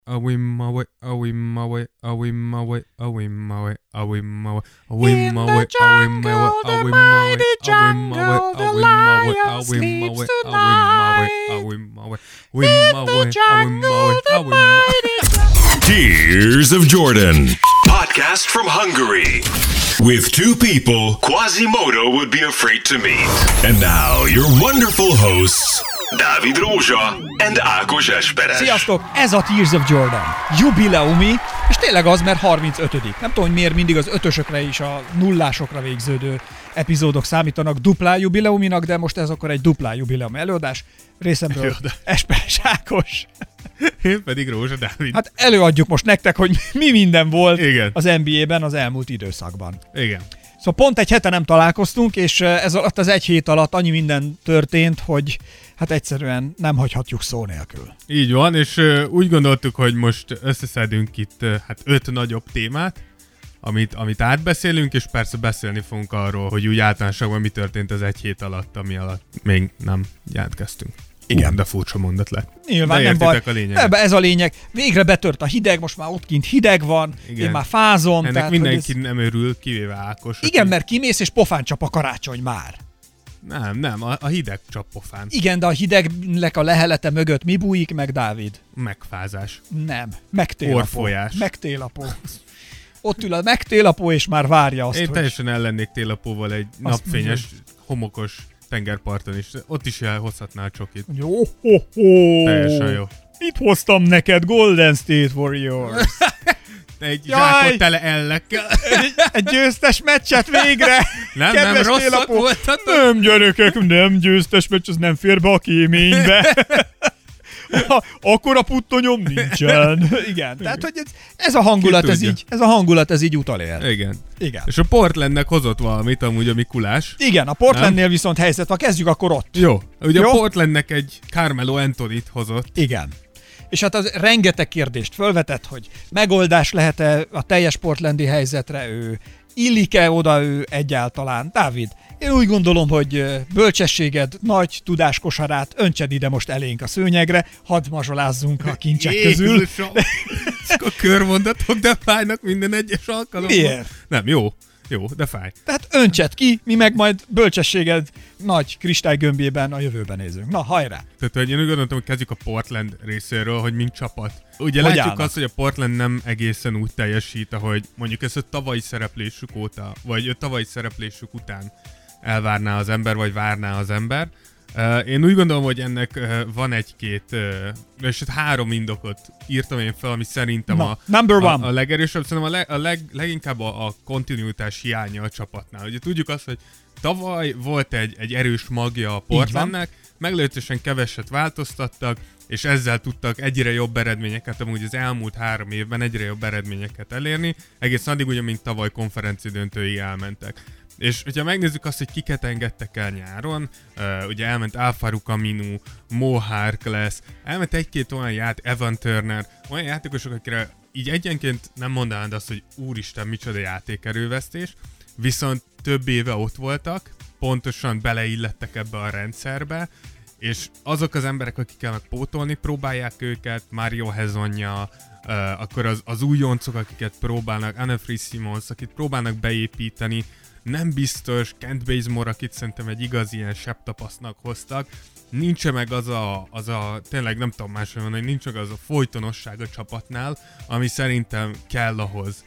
I win my way, I win my way, I win my way, I win my way, I win my way, I win my way, I win my way, I win my way, I win my way, I win my way, I win my way, I win my way, win my way, I win my way, I win my way. Tears of Jordan, podcast from Hungary. With two people Quasimodo would be afraid to meet. And now your wonderful hosts, Dávid Rózsa and Ákos Esperes. Sziasztok! Ez a Tears of Jordan. Jubileumi, és tényleg az, mert 35. Nem tudom, hogy miért mindig az ötösökre és a nullásokra végződő epizódok számítanak duplá jubileuminak, de most ez akkor egy duplá jubileum előadás. Részemről Esperes Ákos. Én pedig Rózsa Dávid. Hát előadjuk most nektek, hogy mi minden volt Igen. az NBA-ben az elmúlt időszakban. Igen. Szóval pont egy hete nem találkoztunk, és ez alatt az egy hét alatt annyi minden történt, hogy hát egyszerűen nem hagyhatjuk szó nélkül. Így van, és úgy gondoltuk, hogy most összeszedünk itt 5 nagyobb témát, amit átbeszélünk, és persze beszélni fogunk arról, hogy úgy általánosságban mi történt az egy hét alatt, ami alatt még nem jelentkeztünk. Igen. De furcsa mondat lett. Nyilván nem baj. Ez a lényeg. Végre betört a hideg, most már ott kint hideg van, igen. Én már fázom. Ennek tehát, mindenki nem örül, kivéve Ákos. Igen, mert kimész és pofán csap a karácsony már. Nem, a hideg csap pofán. Igen, de a hidegnek a lehelete mögött mi bújik meg, Dávid? Megfázás. Nem, megtélapó. Orfolyás. Megtélapó. Ott ül a megtélapó, és már várja azt, Én hogy... teljesen ellennék télapóval egy napfényes, homokos tengerparton is. Ott is elhozhatnál csokit. Jó. Teljesen jó. Mit hoztam neked, Golden State Warriors? Egy zsákot tele ellekkel. Egy győztes meccset végre! Nem rosszak voltatok? Nem, gyerekek, nem győztes meccs, az nem fér be a kéménybe. Akkor a puttonyom nincsen. Igen, tehát hogy ez a hangulat, ez így utalér. Igen. Igen. És a Portlandnek hozott valamit amúgy a Mikulás. Igen, a Portlandnél viszont helyzet van, kezdjük akkor ott. Jó. Ugye a Portlandnek egy Carmelo Anthonyt hozott. Igen. És hát az rengeteg kérdést fölvetett, hogy megoldás lehet-e a teljes portlandi helyzetre, illik-e oda ő egyáltalán. Dávid, én úgy gondolom, hogy bölcsességed, nagy tudáskosarát öntsed ide most elénk a szőnyegre, hadd mazsolázzunk a kincsek közül. Ezek a körmondatok, de fájnak minden egyes alkalommal. Miért? Nem, jó, de fáj. Tehát öntsed ki, mi meg majd bölcsességed nagy kristálygömbjében a jövőben nézünk. Na, hajrá! Tehát, hogy én úgy gondoltam, hogy kezdjük a Portland részéről, hogy mint csapat. Ugye látjuk azt, hogy a Portland nem egészen úgy teljesít, ahogy mondjuk ezt a tavalyi szereplésük óta, vagy a tavalyi szereplésük után elvárná az ember, vagy várná az ember. Én úgy gondolom, hogy ennek van egy-két, és 3 indokot írtam én fel, ami szerintem a legerősebb, szerintem leginkább a kontinuitás hiánya a csapatnál. Ugye tudjuk azt, hogy tavaly volt egy erős magja a Portlandnek, meglehetősen keveset változtattak, és ezzel tudtak egyre jobb eredményeket, amúgy az elmúlt 3 évben egyre jobb eredményeket elérni, egészen addig ugye, mint tavaly konferenci döntőig elmentek. És hogyha megnézzük azt, hogy kiket engedtek el nyáron, ugye elment Al-Farouq Aminu, Mo Harkless, elment egy-két olyan Evan Turner, olyan játékosok, akire így egyenként nem mondanád azt, hogy úristen, micsoda játékerővesztés, viszont több éve ott voltak, pontosan beleillettek ebbe a rendszerbe, és azok az emberek, akikkel meg pótolni próbálják őket, Mario Hezonja, akkor az újoncok, akiket próbálnak, Anthony Simons, akit próbálnak beépíteni, nem biztos, Kent Bazemore, akit szerintem egy igazi ilyen sebtapasznak hoztak, nincs meg az a tényleg nem tudom máshogy mondani, nincs meg az a folytonosság a csapatnál, ami szerintem kell ahhoz,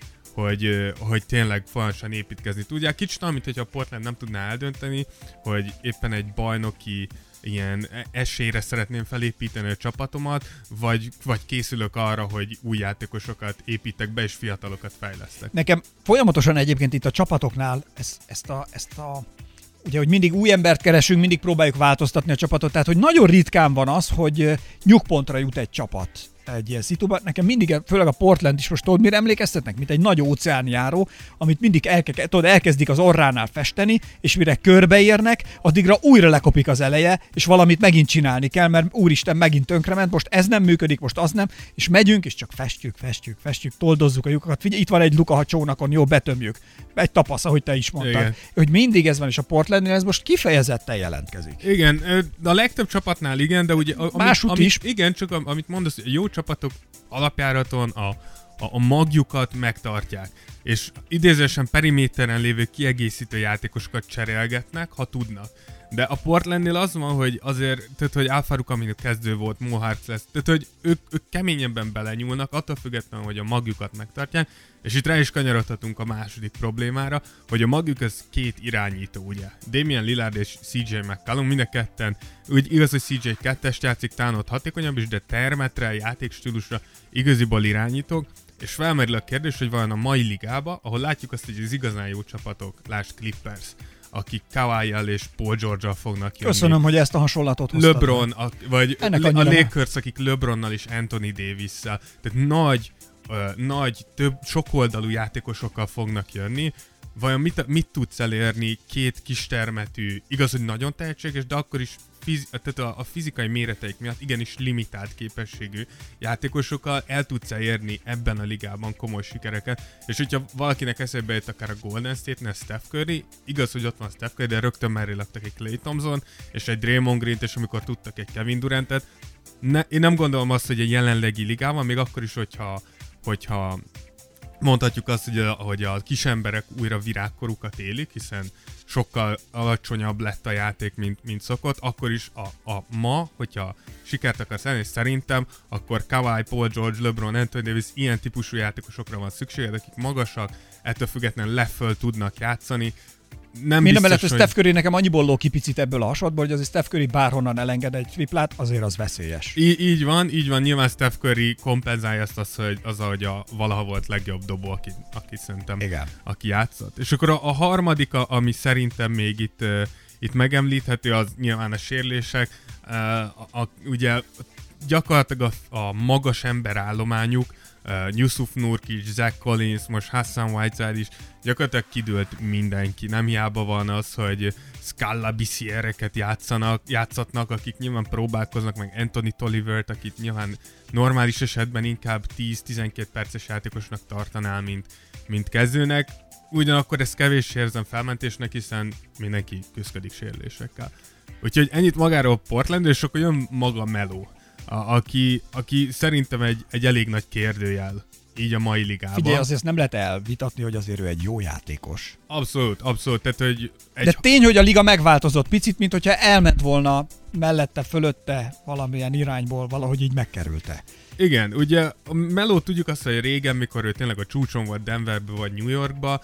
hogy tényleg folyamatosan építkezni tudják. Kicsit olyan, mint hogyha a Portland nem tudná eldönteni, hogy éppen egy bajnoki ilyen esélyre szeretném felépíteni a csapatomat, vagy készülök arra, hogy új játékosokat építek be, és fiatalokat fejlesztek. Nekem folyamatosan egyébként itt a csapatoknál ezt a ugye, hogy mindig új embert keresünk, mindig próbáljuk változtatni a csapatot, tehát hogy nagyon ritkán van az, hogy nyugpontra jut egy csapat egy ilyen szituban. Nekem mindig, főleg a Portland is, most tudod, mire emlékeztetnek? Mint egy nagy óceánjáró, amit mindig elkezdik az orránál festeni, és mire körbeérnek, addigra újra lekopik az eleje, és valamit megint csinálni kell, mert úristen, megint tönkrement, most ez nem működik, most az nem, és megyünk, és csak festjük, toldozzuk a lyukakat. Figyelj, itt van egy luka a csónakon, jó, betömjük. Egy tapasz, ahogy te is mondtad. Igen. Hogy mindig ez van, és a Portlandnél ez most kifejezetten jelentkezik. Igen, a legtöbb csapatnál igen, de ugye... Másút is. Igen, csak amit mondasz, jó csapatok alapjáraton a magjukat megtartják, és idézősen periméteren lévő kiegészítő játékosokat cserélgetnek, ha tudnak. De a Portlandnél az van, hogy azért, tehát, hogy Al-Farouq Aminu kezdő volt, Mo Harkless lesz, tehát, hogy ők keményebben belenyúlnak, attól függetlenül, hogy a magjukat megtartják, és itt rá is kanyarodhatunk a második problémára, hogy a magjuk az két irányító, ugye. Damian Lillard és CJ McCollum, mind a ketten, úgy igaz, hogy CJ 2-est játszik, talán ott hatékonyabb is, de termetre, játékstílusra igaziból irányítók, és felmerül a kérdés, hogy vajon a mai ligában, ahol látjuk azt, hogy az igazán jó csapatok, lásd Clippers, akik Kawhi-jal és Paul George-al fognak jönni. Köszönöm, hogy ezt a hasonlatot hoztad. LeBron, vagy a Lakers, akik LeBronnal és Anthony Davis-szel, tehát nagy, több sokoldalú játékosokkal fognak jönni. Vajon mit tudsz elérni két kistermetű, igaz, hogy nagyon tehetséges, de akkor is tehát a fizikai méreteik miatt igenis limitált képességű játékosokkal el tudsz elérni ebben a ligában komoly sikereket, és hogyha valakinek eszébe jött akár a Golden State-nél Steph Curry, igaz, hogy ott van Steph Curry, de rögtön mellé laktak egy Klay Thompson, és egy Draymond Green-t, és amikor tudtak egy Kevin Durantet. Én nem gondolom azt, hogy a jelenlegi ligában, még akkor is, hogyha mondhatjuk azt, hogy a kis emberek újra virágkorukat élik, hiszen sokkal alacsonyabb lett a játék, mint szokott, akkor is ma, hogyha sikert akarsz elérni, szerintem, akkor Kawhi, Paul George, LeBron, Anthony Davis, ilyen típusú játékosokra van szükséged, akik magasak, ettől függetlenül leföl tudnak játszani. Minden mellett, hogy Steph Curry nekem annyiból ló ki picit ebből a hasonlatból, hogy azért Steph Curry bárhonnan elenged egy triplát, azért az veszélyes. Így van, nyilván Steph Curry kompenzálja ezt hogy a valaha volt legjobb dobó, aki szerintem, igen, aki játszott. És akkor a harmadik, ami szerintem még itt megemlíthető, az nyilván a sérülések. Ugye gyakorlatilag a magas emberállományuk, Yusuf Nurkic, Zach Collins, most Hassan Whiteside is, gyakorlatilag kidőlt mindenki. Nem hiába van az, hogy Scala Bissierreket játszatnak, akik nyilván próbálkoznak, meg Anthony Tollivert, akit nyilván normális esetben inkább 10-12 perces játékosnak tartanál, mint kezdőnek. Ugyanakkor ezt kevéssé érzem felmentésnek, hiszen mindenki küszködik sérülésekkel. Úgyhogy ennyit magáról Portland, és akkor jön maga Melo, aki szerintem egy elég nagy kérdőjel így a mai ligában. Figyelj, azért nem lehet elvitatni, hogy azért ő egy jó játékos. Abszolút. Tehát, hogy de tény, hogy a liga megváltozott picit, mint hogyha elment volna mellette, fölötte valamilyen irányból, valahogy így megkerülte. Igen, ugye a Melo tudjuk azt, hogy régen, mikor ő tényleg a csúcson volt Denverbe vagy New Yorkba,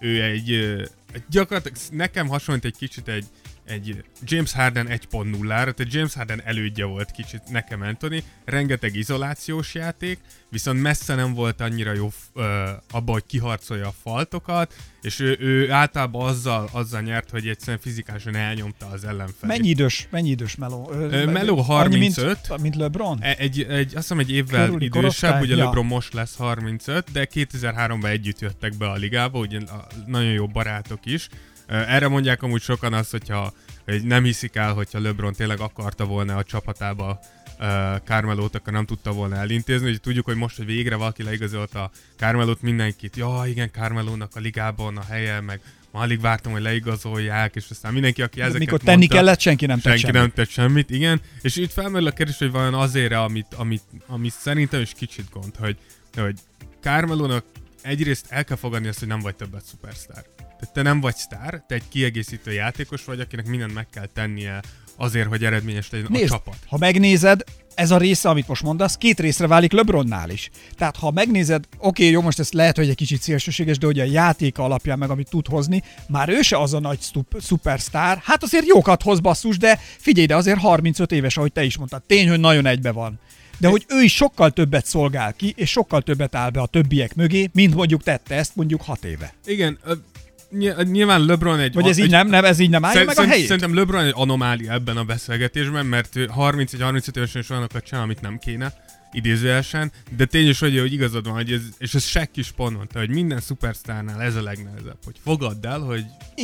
ő gyakorlatilag nekem hasonlít egy kicsit egy James Harden 1.0-ra, tehát James Harden elődje volt kicsit nekem Anthony, rengeteg izolációs játék, viszont messze nem volt annyira jó abban, hogy kiharcolja a faltokat, és ő általában azzal nyert, hogy egyszerűen fizikálisan elnyomta az ellenfelét. Mennyi idős Melo? Melo 35. Mint LeBron? Azt hiszem egy évvel körüli idősebb, korosztály? Ugye LeBron most lesz 35, de 2003-ban együtt jöttek be a ligába, ugye nagyon jó barátok is. Erre mondják amúgy sokan azt, hogy nem hiszik el, hogyha LeBron tényleg akarta volna a csapatába Carmelót, akkor nem tudta volna elintézni. Ugye tudjuk, hogy most, hogy végre valaki leigazolta Carmelót, mindenkit, igen, Carmelónak a ligában a helye, meg alig vártam, hogy leigazolják, és aztán mindenki, aki ezeket mikor tenni mondta, kellett, senki nem tett semmit, igen. És itt felmerül a kérdés, hogy vajon azért, ami szerintem is kicsit gond, hogy Carmelónak egyrészt el kell fogadni azt, hogy nem vagy többet szupersztár. Tehát te nem vagy sztár, te egy kiegészítő játékos vagy, akinek mindent meg kell tennie azért, hogy eredményes legyen a csapat. Ha megnézed, ez a része, amit most mondasz, két részre válik LeBronnál is. Tehát ha megnézed, jó, most ez lehet, hogy egy kicsit szélsőséges, de hogy a játéka alapján meg, amit tud hozni, már ő se az a nagy szupersztár. Hát azért jókat hoz basszus, de figyelj, de azért 35 éves, ahogy te is mondtad. Tény, hogy nagyon egybe van. De hogy ő is sokkal többet szolgál ki, és sokkal többet áll be a többiek mögé, mint mondjuk tette ezt mondjuk 6 éve. Igen, nyilván LeBron egy... Vagy ez így nem állja meg a helyét? Szerintem LeBron egy anomália ebben a beszélgetésben, mert 31-35 évesen is olyanokat csinál, amit nem kéne, idézőjelesen, de tényleg, hogy igazad van, hogy és ez Shaq is pont mondta, hogy minden szupersztárnál ez a legnehezebb, hogy fogadd el, hogy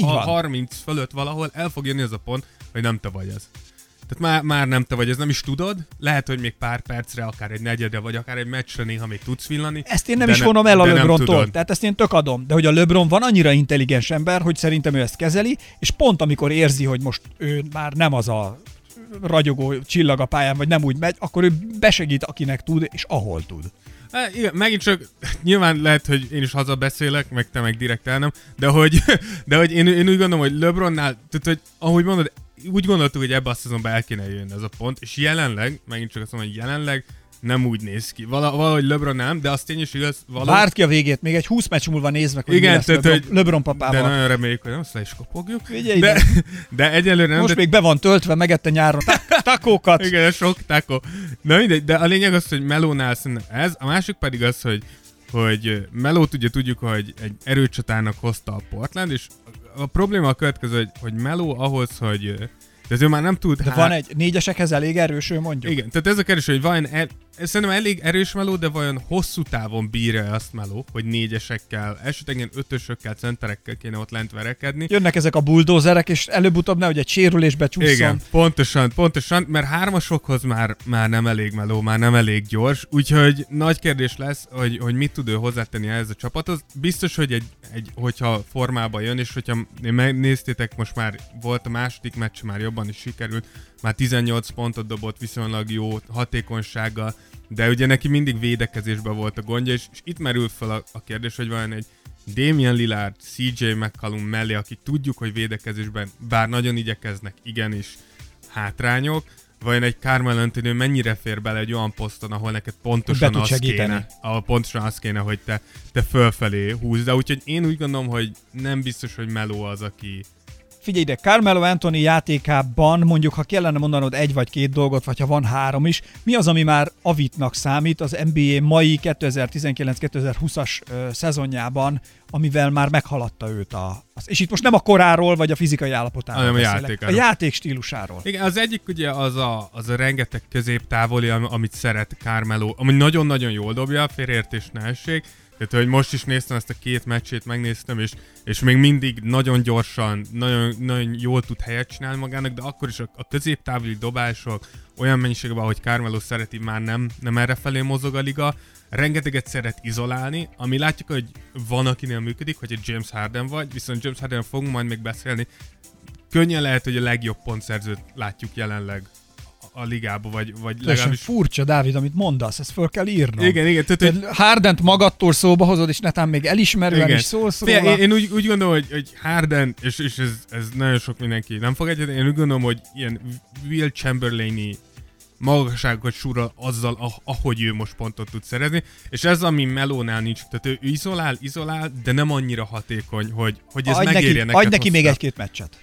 30 fölött valahol el fog jönni az a pont, hogy nem te vagy ez. Tehát már nem te vagy, ez nem is tudod, lehet, hogy még pár percre, akár egy negyedre, vagy akár egy meccsre néha még tudsz villani. Ezt én nem is vonom el a LeBrontól, tehát ezt én tök adom, de hogy a LeBron van annyira intelligens ember, hogy szerintem ő ezt kezeli, és pont amikor érzi, hogy most ő már nem az a ragyogó csillag a pályán, vagy nem úgy megy, akkor ő besegít, akinek tud, és ahol tud. Igen, megint csak nyilván lehet, hogy én is hazabeszélek, meg te meg direkt el nem, de hogy én úgy gondolom, hogy LeBronnál, tehát hogy ahogy mondod, úgy gondoltuk, hogy ebbe a szezonban el kéne jönni ez a pont, és jelenleg, megint csak azt mondom, hogy jelenleg nem úgy néz ki. Valahogy LeBron nem, de az tény is igaz. Várt ki a végét, még egy 20 meccs múlva nézd meg, hogy igen, mi lesz LeBron papával. De nagyon reméljük, hogy nem azt le is kopogjuk. De egyelőre nem. Most még be van töltve, megette nyáron takókat. Igen, sok takó. Na mindegy, de a lényeg az, hogy Melónál szerintem ez, a másik pedig az, hogy Melót ugye tudjuk, hogy egy erőcsatának hozta a Portland, és a probléma a következő, hogy Meló ahhoz, hogy de ez ő már nem tud... De van egy négyesekhez elég erős, ő mondjuk. Igen, tehát ez a kereső, hogy vajon szerintem elég erős Meló, de vajon hosszú távon bírja azt Meló, hogy négyesekkel, esetleg ötösökkel, centerekkel kéne ott lent verekedni. Jönnek ezek a bulldozerek, és előbb-utóbb nehogy egy sérülésbe csúszson. Igen, pontosan, mert hármasokhoz már nem elég Meló, már nem elég gyors, úgyhogy nagy kérdés lesz, hogy mit tud ő hozzátenni ehhez a csapathoz. Biztos, hogy hogyha formába jön, és hogyha megnéztétek, most már volt a második meccs, már jobban is sikerült, már 18 pontot dobott viszonylag jó hatékonysággal, de ugye neki mindig védekezésben volt a gondja, és itt merül fel a kérdés, hogy vajon egy Damian Lillard, CJ McCollum mellé, akik tudjuk, hogy védekezésben bár nagyon igyekeznek, igenis hátrányok, vajon egy Carmelo Anthony mennyire fér bele egy olyan poszton, ahol neked pontosan az kéne, hogy te fölfelé húzz, de úgyhogy én úgy gondolom, hogy nem biztos, hogy Melo az, aki... Figyelj ide, Carmelo Anthony játékában mondjuk, ha kellene mondanod egy vagy két dolgot, vagy ha van három is, mi az, ami már avitnak számít az NBA mai 2019-2020-as szezonjában, amivel már meghaladta őt és itt most nem a koráról, vagy a fizikai állapotáról beszélek, a játék stílusáról. Igen, az egyik ugye az a rengeteg középtávoli, amit szeret Carmelo, ami nagyon-nagyon jól dobja, félreértés ne essék. Tehát, hogy most is néztem ezt a két meccsét, megnéztem, és még mindig nagyon gyorsan, nagyon, nagyon jól tud helyet csinálni magának, de akkor is a középtávoli dobások olyan mennyiségben, ahogy Carmelo szereti, már nem errefelé mozog a liga. Rengeteget szeret izolálni, ami látjuk, hogy van, akinél működik, hogy egy James Harden vagy, viszont James Harden fogunk majd még beszélni. Könnyen lehet, hogy a legjobb pontszerzőt látjuk jelenleg a ligába, vagy legalábbis... Furcsa, Dávid, amit mondasz, ezt föl kell írnom. Igen. Tehát Hardent magadtól szóba hozod, és netán még elismerően is szólsz róla. Én úgy gondolom, hogy Harden, és ez nagyon sok mindenki nem fog egyet, én úgy gondolom, hogy ilyen Will Chamberlain-i magasságokat súrral azzal, ahogy ő most pontot tud szerezni, és ez, ami Melónál nincs, tehát ő izolál, de nem annyira hatékony, hogy ez megérje neked. Adj neki még egy-két meccset.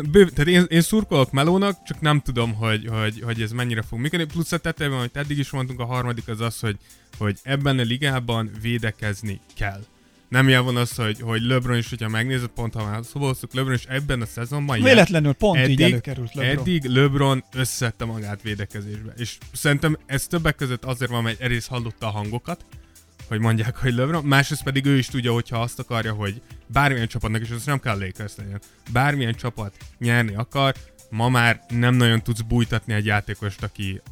Én szurkolok Melónak, csak nem tudom, hogy ez mennyire fog működni. Plusz a tetejében, amit eddig is mondtunk, a harmadik az, hogy ebben a ligában védekezni kell. Nem jel van az, hogy LeBron is, hogyha megnézed, pont ha már szóval hoztuk, LeBron is ebben a szezonban véletlenül pont így előkerült LeBron. Eddig LeBron összeszedte magát védekezésbe. És szerintem ez többek között azért van, mert egyrészt hallotta a hangokat, hogy mondják, hogy LeBron, másrészt pedig ő is tudja, hogyha azt akarja, hogy bármilyen csapatnak, és ez nem kell Lakers legyen, bármilyen csapat nyerni akar, ma már nem nagyon tudsz bújtatni egy játékost,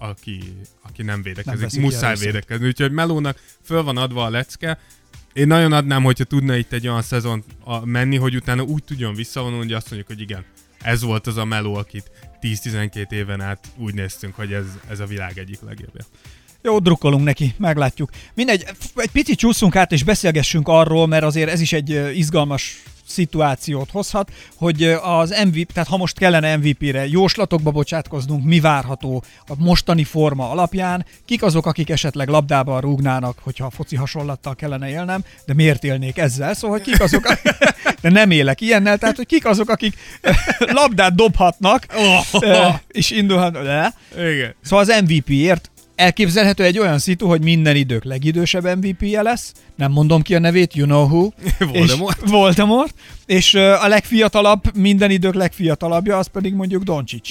aki nem védekezik. Muszáj védekezni. Úgyhogy Melónak föl van adva a lecke. Én nagyon adnám, hogyha tudna itt egy olyan szezon menni, hogy utána úgy tudjon visszavonulni, hogy azt mondjuk, hogy igen, ez volt az a Melo, akit 10-12 éven át úgy néztünk, hogy ez a világ egyik legjobbja. Jó, drukkolunk neki, meglátjuk. Mindegy, egy picit csúszunk át és beszélgessünk arról, mert azért ez is egy izgalmas szituációt hozhat, hogy az MVP, tehát ha most kellene MVP-re jóslatokba bocsátkoznunk, mi várható a mostani forma alapján, kik azok, akik esetleg labdában rúgnának, hogyha a foci hasonlattal kellene élnem, de miért élnék ezzel? Szóval kik azok, de nem élek ilyennel, tehát hogy kik azok, akik labdát dobhatnak, és indulhatnak. Igen. Szóval az MVP-ért elképzelhető egy olyan szitu, hogy minden idők legidősebb MVP-je lesz, nem mondom ki a nevét, you know who. Voldemort. És a legfiatalabb, minden idők legfiatalabbja, az pedig mondjuk Doncic.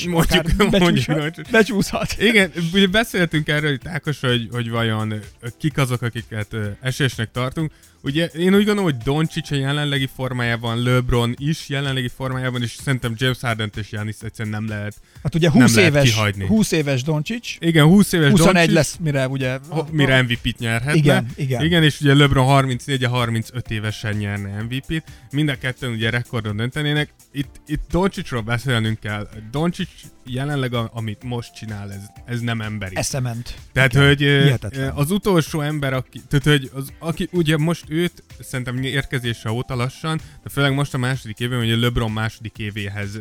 Becsúszhat. Igen, ugye beszéltünk erről itt, Ákos, hogy vajon kik azok, akiket esélyesnek tartunk. ugye én úgy gondolom, hogy Doncic a jelenlegi formájában, LeBron is jelenlegi formájában, és szerintem James Harden-t és Giannis egyszerűen nem lehet. Hát ugye 20 éves Doncic. Igen, 20 éves 21 Doncic. lesz, mire ugye... Mire MVP-t nyerhetne. Igen, és ugye LeBron 34-35 évesen nyerne MVP-t. Mind a ketten ugye rekordon döntenének. Itt Doncicról beszélnünk kell. Doncic jelenleg, amit most csinál, ez nem emberi. Eszement. Tehát, igen, hogy az utolsó ember, aki ugye most őt szerintem érkezése óta lassan, de főleg most a második évben, hogy a LeBron második évéhez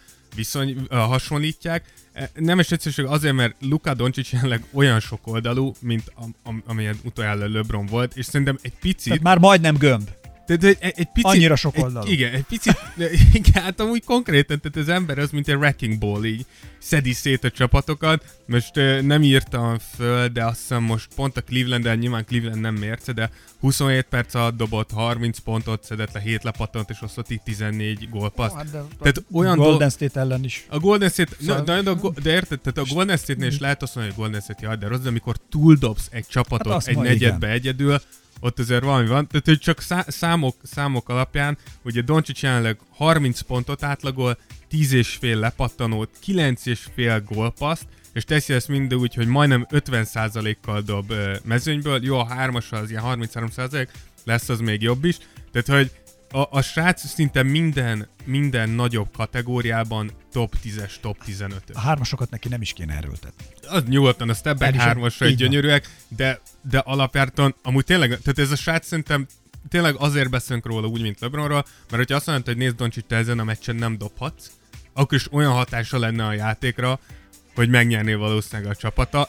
hasonlítják. Nem is egyszerűen azért, mert Luka Doncic jelenleg olyan sokoldalú, mint amilyen utoljára LeBron volt, és szerintem egy picit... Tehát már majdnem gömb. Tehát egy picit... Annyira sokoldalú. Igen, egy picit... Igen, hát amúgy konkrétan, tehát az ember az, mint egy wrecking ball, így szedi szét a csapatokat. Most nem írtam föl, de azt hiszem most pont a Cleveland-el, nyilván Cleveland nem mérce, de 27 perc alatt dobott 30 pontot, szedett le 7 lepattant, és osztott így 14 gólpaszt. Tehát olyan Golden State ellen is. A Golden State, de érted, tehát a Golden State-nél is lehet azt mondani, hogy a Golden State jaj, de rossz, de amikor túldobsz egy csapatot hát egy negyedbe egyedül, ott azért valami van. Tehát, hogy csak számok alapján, ugye Doncic jelenleg 30 pontot átlagol, 10,5 lepattanót, 9,5 gólpaszt, és teszi ezt mind úgy, hogy majdnem 50%-kal dob mezőnyből. Jó, a 3-as az ilyen 33%, lesz az még jobb is. Tehát, hogy a srác szinte minden nagyobb kategóriában top 10-es, top 15-ös. A 3-asokat neki nem is kéne erőltetni. Az nyugodtan, a step back 3-asra egy gyönyörűek, de alapjártan amúgy tényleg, tehát ez a srác szerintem tényleg azért beszélünk róla úgy, mint LeBronról, mert hogyha azt mondod, hogy nézd Doncic, te ezen a meccsen nem dobhatsz, akkor is olyan hatása lenne a játékra, hogy megnyernél valószínűleg a csapata.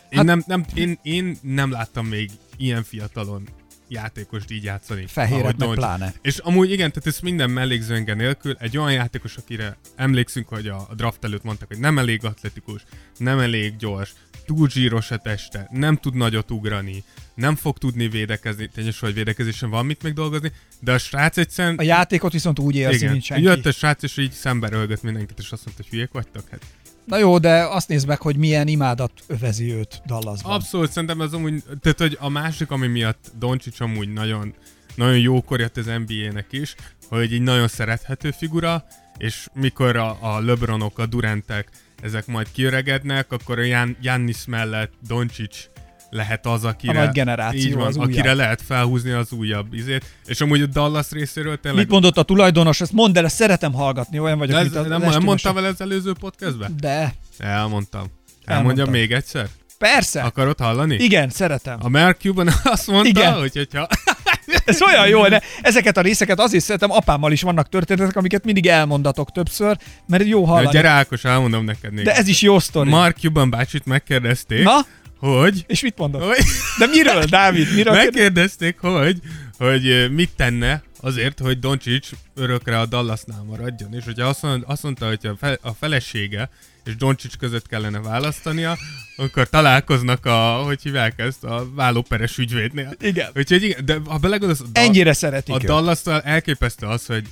Én nem láttam még ilyen fiatalon játékost így játszani. Fehérek meg pláne. És amúgy igen, tehát ez minden mellékzőnge nélkül egy olyan játékos, akire emlékszünk, hogy a draft előtt mondtak, hogy nem elég atletikus, nem elég gyors, túl zsíros a teste, nem tud nagyot ugrani, nem fog tudni védekezni, tényleg, hogy védekezésen van mit még dolgozni, de a srác egyszerűen... A játékot viszont úgy érzi, mint senki. Jött a srác, és így szembe röhögött mindenkit, és azt mondta, hogy hülyék vagytok, hát. Na jó, de azt nézd meg, hogy milyen imádat övezi őt Dallasban. Abszolút, szerintem ez amúgy, tehát hogy a másik, ami miatt Doncic amúgy nagyon, nagyon jókor jött az NBA-nek is, hogy egy nagyon szerethető figura, és mikor a LeBronok, a Durantek, ezek majd kiöregednek, akkor a Giannis mellett Doncic lehet az, akire, a nagy generáció, így van, az akire lehet felhúzni az újabb izét. És amúgy a Dallas részéről tényleg... Mit mondott a tulajdonos? Ezt mondd el, ezt szeretem hallgatni, olyan vagyok, mint az nem mondtam vele az előző podcastben? De. Elmondtam. Elmondjam még egyszer? Persze. Akarod hallani? Igen, szeretem. A Mark Cuban azt mondta, igen, hogyha... Ez olyan jó, de ezeket a részeket azért szeretem, apámmal is vannak történetek, amiket mindig elmondatok többször, mert jó hallani. Gyere Ákos, elmondom neked még. De ez is jó sztori. Mark Cuban bácsit megkérdezték, na? Hogy... És mit mondott? De miről, Dávid? Miről megkérdezték, hogy mit tenne azért, hogy Doncic örökre a Dallasnál maradjon. És hogyha azt mondta, hogy a felesége és Doncic között kellene választania, akkor találkoznak hogy hívják ezt, a vállóperes ügyvédnél. Igen. Úgyhogy igen, de ha belegondolsz, ennyire szeretik a Dallas-tal elképesztő az, hogy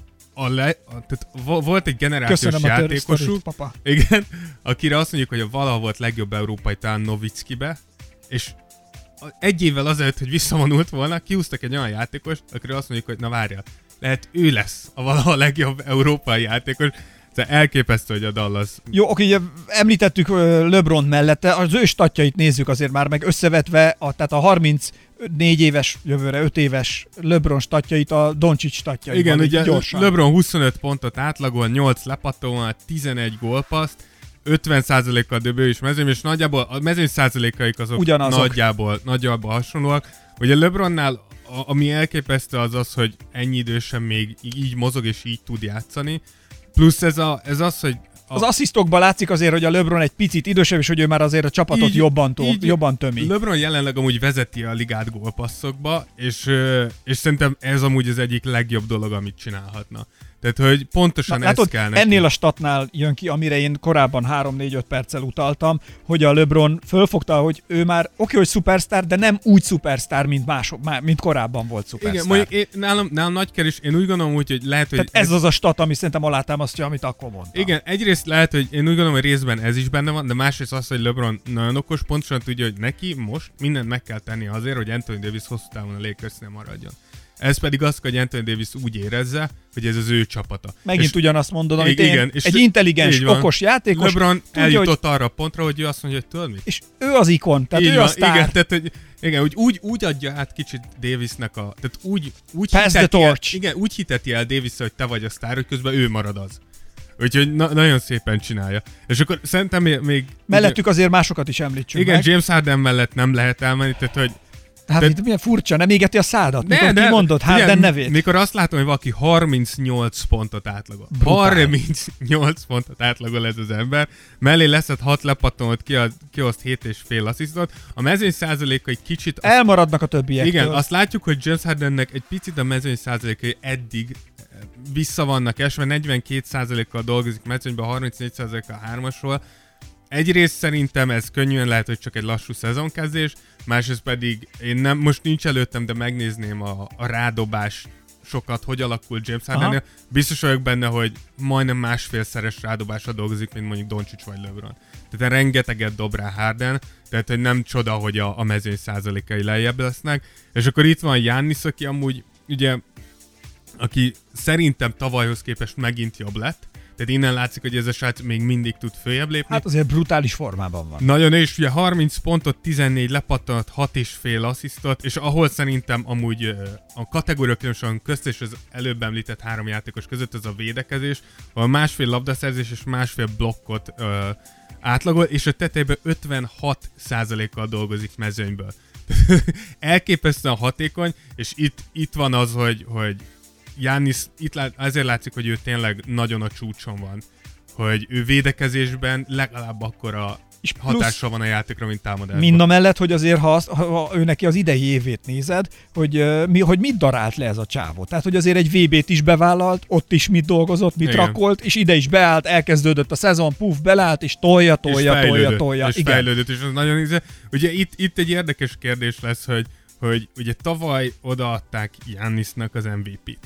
tehát volt egy generációs játékosuk, igen, akire azt mondjuk, hogy a valaha volt legjobb európai talán Nowitzkibe, és egy évvel azelőtt, hogy visszavonult volna, kihúztak egy olyan játékost, akire azt mondjuk, hogy na várjál, lehet ő lesz a valaha legjobb európai játékos. Elképesztő, hogy a Dallas... Jó, oké, ugye említettük LeBron mellette, az ő statjait nézzük azért már meg összevetve, tehát a 34 éves, jövőre 5 éves LeBron statjait a Doncic statjaival. Igen, ugye gyorsan. LeBron 25 pontot átlagol, 8 lepattanóval, 11 gólpaszt, 50%-kal döbő is mezőny, és nagyjából a mezőny százalékaik azok nagyjából hasonlóak. Ugye LeBronnál ami elképesztő az, hogy ennyi idősen még így mozog és így tud játszani. Plusz ez az, hogy... Az asszisztokban látszik azért, hogy a LeBron egy picit idősebb, és hogy ő már azért a csapatot jobban tömi. LeBron jelenleg amúgy vezeti a ligát gólpasszokba, és szerintem ez amúgy az egyik legjobb dolog, amit csinálhatna. Tehát, hogy pontosan ez kell neki. Ennél a statnál jön ki, amire én korábban 3-4-5 perccel utaltam, hogy a LeBron fölfogta, hogy ő már oké, hogy szupersztár, de nem úgy szupersztár, mint korábban volt szupersztár. Igen, mondjuk nálam nagy kerés, én úgy gondolom úgy, hogy lehet, hogy... Tehát ez az a stat, ami szerintem alátámasztja, amit akkor mondtam. Igen, egyrészt lehet, hogy én úgy gondolom, hogy részben ez is benne van, de másrészt az, hogy LeBron nagyon okos, pontosan tudja, hogy neki most mindent meg kell tenni azért, hogy Anthony Davis hosszú távon a Lakersnél maradjon. Ez pedig azt, hogy Anthony Davis úgy érezze, hogy ez az ő csapata. Megint ugyanazt mondod, amit igen, egy intelligens, okos játékos. LeBron eljutott arra a pontra, hogy ő azt mondja, hogy tudod mit? És ő az ikon, tehát így ő van, a sztár. Igen, tehát, hogy igen, úgy adja át kicsit Davisnek tehát úgy úgy hiteti el Davis, hogy te vagy a sztár, hogy közben ő marad az. Úgyhogy nagyon szépen csinálja. És akkor szerintem még... Mellettük azért másokat is említsünk igen, meg. James Harden mellett nem lehet elmenni, tehát hogy... Hát milyen furcsa, nem égeti a szádat, mikor kimondod Harden nevét. Mikor azt látom, hogy valaki 38 pontot átlagol. 38 pontot átlagol ez az ember. Mellé leszed 6 lepattanót, kioszt 7,5 asszisztot. A mezőny százaléka egy kicsit... Elmaradnak a többiektől. Igen, azt látjuk, hogy James Hardennek egy picit a mezőny százalékai eddig vissza vannak esve, 42%-kal dolgozik mezőnyben, 34%-kal hármasról. Egyrészt szerintem ez könnyűen lehet, hogy csak egy lassú szezonkezdés, másrészt pedig én most nincs előttem, de megnézném a rádobás sokat, hogy alakult James Hardennél. Biztos vagyok benne, hogy majdnem másfélszeres rádobásra dolgozik, mint mondjuk Doncic vagy LeBron. Tehát rengeteget dob rá Harden, tehát hogy nem csoda, hogy a mezőny százalékai lejjebb lesznek. És akkor itt van Giannis, aki amúgy ugye aki szerintem tavalyhoz képest megint jobb lett. Tehát innen látszik, hogy ez a srác még mindig tud följebb lépni. Hát azért brutális formában van. Nagyon, és ugye 30 pontot, 14 lepattanat, 6,5 asszisztot, és ahol szerintem amúgy a kategória különösen közt és az előbb említett 3 játékos között az a védekezés, ahol másfél labdaszerzés és másfél blokkot átlagol, és a tetejében 56%-kal dolgozik mezőnyből. Elképesztően hatékony, és itt van az, hogy Giannis, azért látszik, hogy ő tényleg nagyon a csúcson van. Hogy ő védekezésben legalább akkora hatással van a játékra, mint támadásban. Mindamellett, hogy azért, ha ő neki az idei évét nézed, hogy mit darált le ez a csávó. Tehát, hogy azért egy VB-t is bevállalt, ott is mit dolgozott, mit rakolt, és ide is beállt, elkezdődött a szezon, beleállt, és tolja. És fejlődött, és az nagyon íze. Ugye itt egy érdekes kérdés lesz, hogy ugye tavaly odaadták Giannisnak az MVP-t.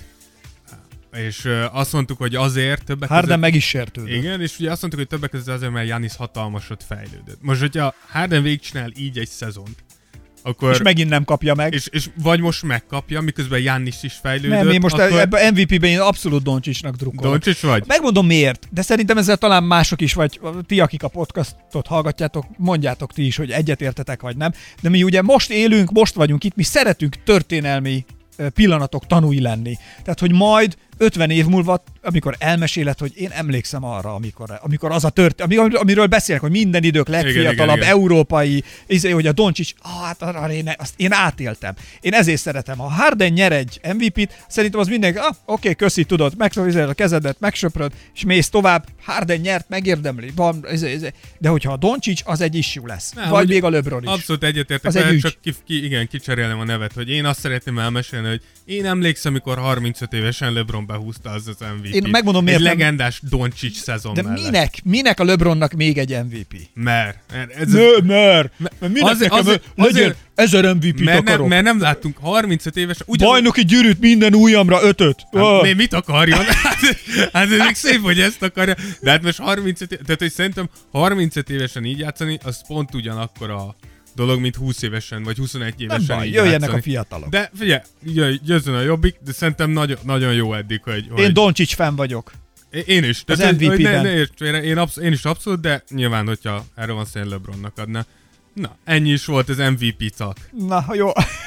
És azt mondtuk, hogy azért többek között... Harden meg is sértődött. Igen, és ugye azt mondtuk, hogy többek között azért, mert Giannis hatalmasot fejlődött. Most, hogyha Harden végigcsinál így egy szezont, akkor... És megint nem kapja meg. És vagy most megkapja, miközben Giannis is fejlődött. Nem, én most ebben MVP-ben én abszolút Doncicnak drukkolok. Doncic vagy? Megmondom miért, de szerintem ezzel talán mások is, vagy ti, akik a podcastot hallgatjátok, mondjátok ti is, hogy egyetértetek vagy nem. De mi ugye most élünk, most vagyunk itt, mi szeretünk történelmi pillanatok tanúi lenni. Tehát, hogy majd 50 év múlva, amikor elmeséled, hogy én emlékszem arra, amikor az a amiről beszélek, hogy minden idők legfiatalabb igen. európai, hogy a Doncic, hát azt én átéltem. Én ezért szeretem. Ha Harden nyer egy MVP-t, szerintem az mindenki, oké, köszi, tudod, megszavizálod a kezedet, megsöpröd, és mész tovább, Harden nyert, megérdemli, van, de hogyha a Doncic, az egy issue lesz. Vagy még a LeBron is. Abszolút egyetértek, csak kicserélem a nevet, hogy én azt szeretném elmesélni, hogy én emlékszem, mikor 35 évesen LeBron behúzta az MVP-t. Én megmondom, miért egy legendás Doncic szezon de mellett. Minek a LeBronnak még egy MVP? Mert minek nekem 1000 MVP-t akarok? Mert nem láttunk 35 évesen. Bajnoki gyűrűt minden ujjamra 5-öt. Mit akarjon? Hát ez még szép, hogy ezt akarja. De hát most 35 tehát hogy szerintem 35 évesen így játszani, az pont ugyanakkor a dolog, mint 20 évesen, vagy 21 évesen nem baj, így jöjjenek játszani. A fiatalok. De figyelj, jözzön a jobbik, de szerintem nagyon jó eddig, hogy... Én Doncic fan vagyok. Én is. Az MVP-ben. Én is abszolút, de nyilván, hogyha erről van szó, én LeBronnak adna. Na, ennyi is volt az MVP cak. Na, jó.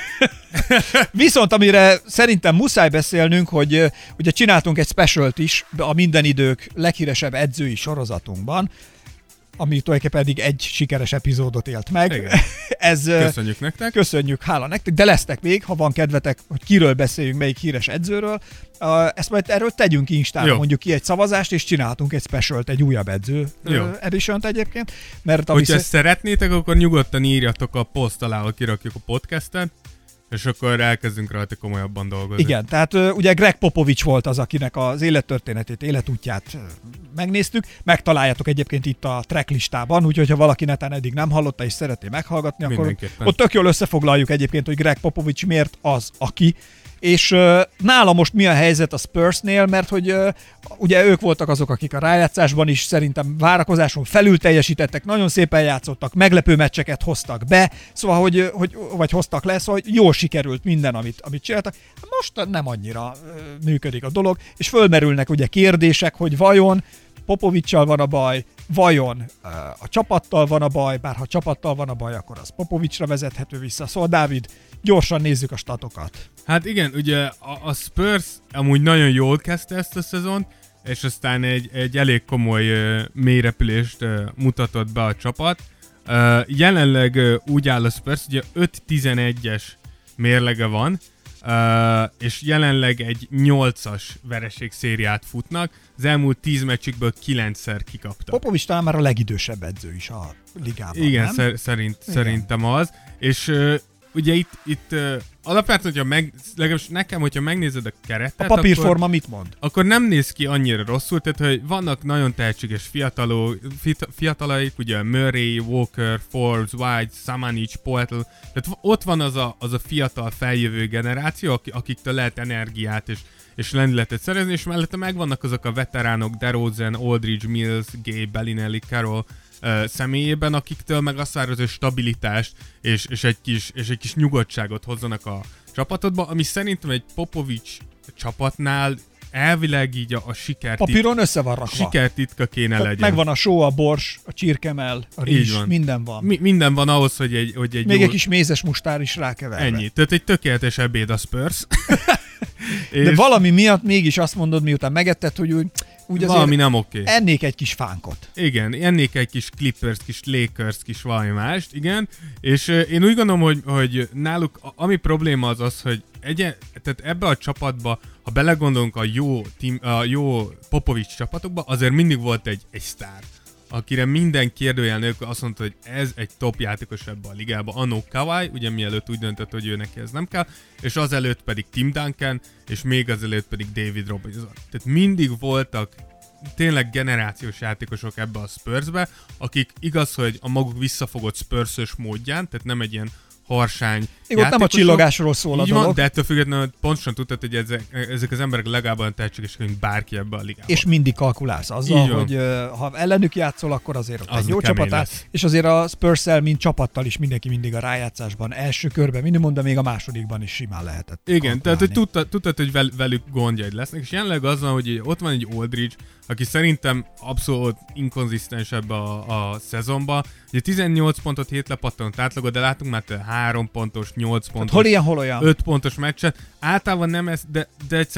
Viszont amire szerintem muszáj beszélnünk, hogy ugye csináltunk egy specialt is a minden idők leghíresebb edzői sorozatunkban, ami tulajdonképpen eddig egy sikeres epizódot élt meg. Köszönjük nektek. Köszönjük, hála nektek, de lesznek még, ha van kedvetek, hogy kiről beszéljünk, melyik híres edzőről. Ezt majd erről tegyünk Instán, mondjuk ki egy szavazást, és csináltunk egy specialt, egy újabb edző edition-t egyébként. Mert hogyha szeretnétek, akkor nyugodtan írjatok a poszt alá, ahol kirakjuk a podcastet, és akkor elkezdünk rajta komolyabban dolgozni. Igen, tehát ugye Greg Popovich volt az, akinek az élettörténetét, életútját megnéztük. Megtaláljátok egyébként itt a tracklistában, úgyhogy ha valaki netán eddig nem hallotta és szeretné meghallgatni, akkor ott tök jól összefoglaljuk egyébként, hogy Greg Popovich miért az, aki, És nála most mi a helyzet a Spursnél, mert hogy ugye ők voltak azok, akik a rájátszásban is szerintem várakozáson felül teljesítettek, nagyon szépen játszottak, meglepő meccseket hoztak be, szóval, vagy hoztak le, szóval jól sikerült minden, amit csináltak. Most nem annyira működik a dolog, és fölmerülnek ugye kérdések, hogy vajon Popovics-sal van a baj, vajon a csapattal van a baj, bár ha csapattal van a baj, akkor az Popovicsra vezethető vissza. Szóval Dávid, gyorsan nézzük a statokat. Hát igen, ugye a Spurs amúgy nagyon jól kezdte ezt a szezont, és aztán egy elég komoly mélyrepülést mutatott be a csapat. Jelenleg úgy áll a Spurs, ugye 5-11-es mérlege van, és jelenleg egy 8-as vereségszériát futnak. Az elmúlt 10 meccsükből 9-szer kikaptak. Popovics talán már a legidősebb edző is a ligában, igen, nem? Szerintem az. És ugye itt alapvetően, legalábbis nekem, hogyha megnézed a keretet, a papírforma mit mond? Akkor nem néz ki annyira rosszul, tehát hogy vannak nagyon tehetséges fiatalaik, ugye Murray, Walker, Forbes, White, Samanic, Poeltl, tehát ott van az a fiatal feljövő generáció, akiktől lehet energiát és lendületet szerezni, és mellette megvannak azok a veteránok, DeRozan, Aldridge, Mills, Gabe, Bellinelli, Carroll személyében, akiktől meg azt várod, hogy stabilitást és egy kis nyugodtságot hozzanak a csapatodba, ami szerintem egy Popovics csapatnál elvileg így a papíron össze van rakva. Sikertitka kéne legyen. Megvan a só, a bors, a csirkemell, a rizs, minden van. Minden van ahhoz, hogy egy még egy kis mézes mustár is rákeverve. Ennyi. Tehát egy tökéletes ebéd a Spurs. De valami miatt mégis azt mondod, miután megetted, hogy úgy valami nem oké. Ennék egy kis fánkot. Igen, ennék egy kis Clippers, kis Lakers, kis valami mást, igen. És én úgy gondolom, hogy náluk ami probléma az, hogy tehát ebbe a csapatba, ha belegondolunk a jó Popovics csapatokba, azért mindig volt egy sztár, akire minden kérdőjel nélkül azt mondta, hogy ez egy top játékos ebbe a ligába. Annó Kawhi, ugye mielőtt úgy döntött, hogy ő neki ez nem kell, és azelőtt pedig Tim Duncan, és még azelőtt pedig David Robinson. Tehát mindig voltak tényleg generációs játékosok ebbe a Spursbe, akik igaz, hogy a maguk visszafogott Spurs-ös módján, tehát nem egy ilyen harsány ott nem a csillogásról szól a dolog. De ettől függetlenül pontosan tudtad, hogy ezek az emberek legalább olyan tehetségesek, mint bárki ebbe a ligában. És mindig kalkulálsz azzal, hogy ha ellenük játszol, akkor azért az egy jó csapat, és azért a Spurs-szel, mint csapattal is mindenki mindig a rájátszásban első körben minimum, de még a másodikban is simán lehetett. Igen, tehát hogy tudtad, hogy velük gondjaid lesznek, és jelenleg az van, hogy ott van egy Aldridge, aki szerintem abszolút inkonzisztens ebbe a szezonba. Ugye 18 pontot, 7 lepattanott átlagot, de látunk már 3 pontos, 8 pontos, hol ilyen, hol olyan. 5 pontos meccset. Általában nem ez, de egyszer,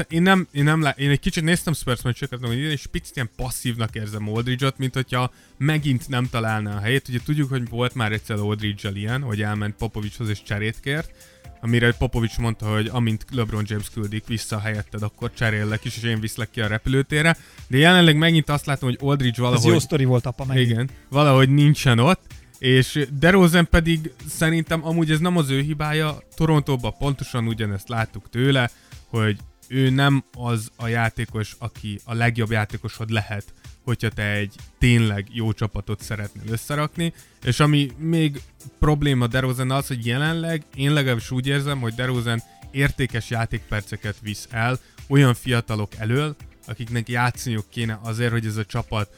én egy kicsit néztem Spurs meccseket, és picit ilyen passzívnak érzem Aldridge-ot, mint hogyha megint nem találná a helyét. Ugye tudjuk, hogy volt már egyszer Aldridge-el ilyen, hogy elment Popovicshoz és cserét kért, amire Popovics mondta, hogy amint LeBron James küldik vissza helyetted, akkor cseréllek is, és én viszlek ki a repülőtérre. De jelenleg megint azt látom, hogy Aldridge valahogy... Ez jó sztori volt, apa, megint. Igen, valahogy nincsen ott, és DeRozan pedig szerintem amúgy ez nem az ő hibája. Torontóban pontosan ugyanezt láttuk tőle, hogy ő nem az a játékos, aki a legjobb játékosod lehet, hogyha te egy tényleg jó csapatot szeretnél összerakni, és ami még probléma DeRozan az, hogy jelenleg én legalábbis úgy érzem, hogy DeRozan értékes játékperceket visz el olyan fiatalok elől, akiknek játszaniuk kéne azért, hogy ez a csapat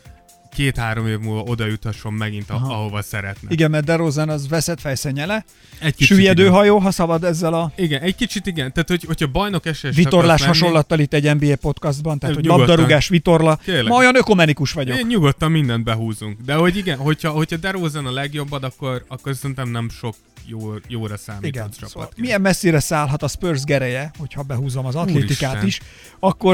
2-3 év múlva oda juthasson megint, ahova szeretne. Igen, mert DeRozan az veszett fejszennyele, süllyedő hajó, ha szabad ezzel a... Igen, egy kicsit igen. Tehát, hogyha bajnok esélyes vitorlás hasonlattal itt egy NBA podcastban, tehát hogy labdarúgás, vitorla. Kérlek. Ma olyan ökumenikus vagyok. Én nyugodtan mindent behúzunk. De hogy igen, hogyha DeRozan a legjobbad, akkor szerintem nem sok jóra számíthat csapat. Szóval milyen messzire szállhat a Spurs gereje, hogyha behúzom az atlétikát is, akkor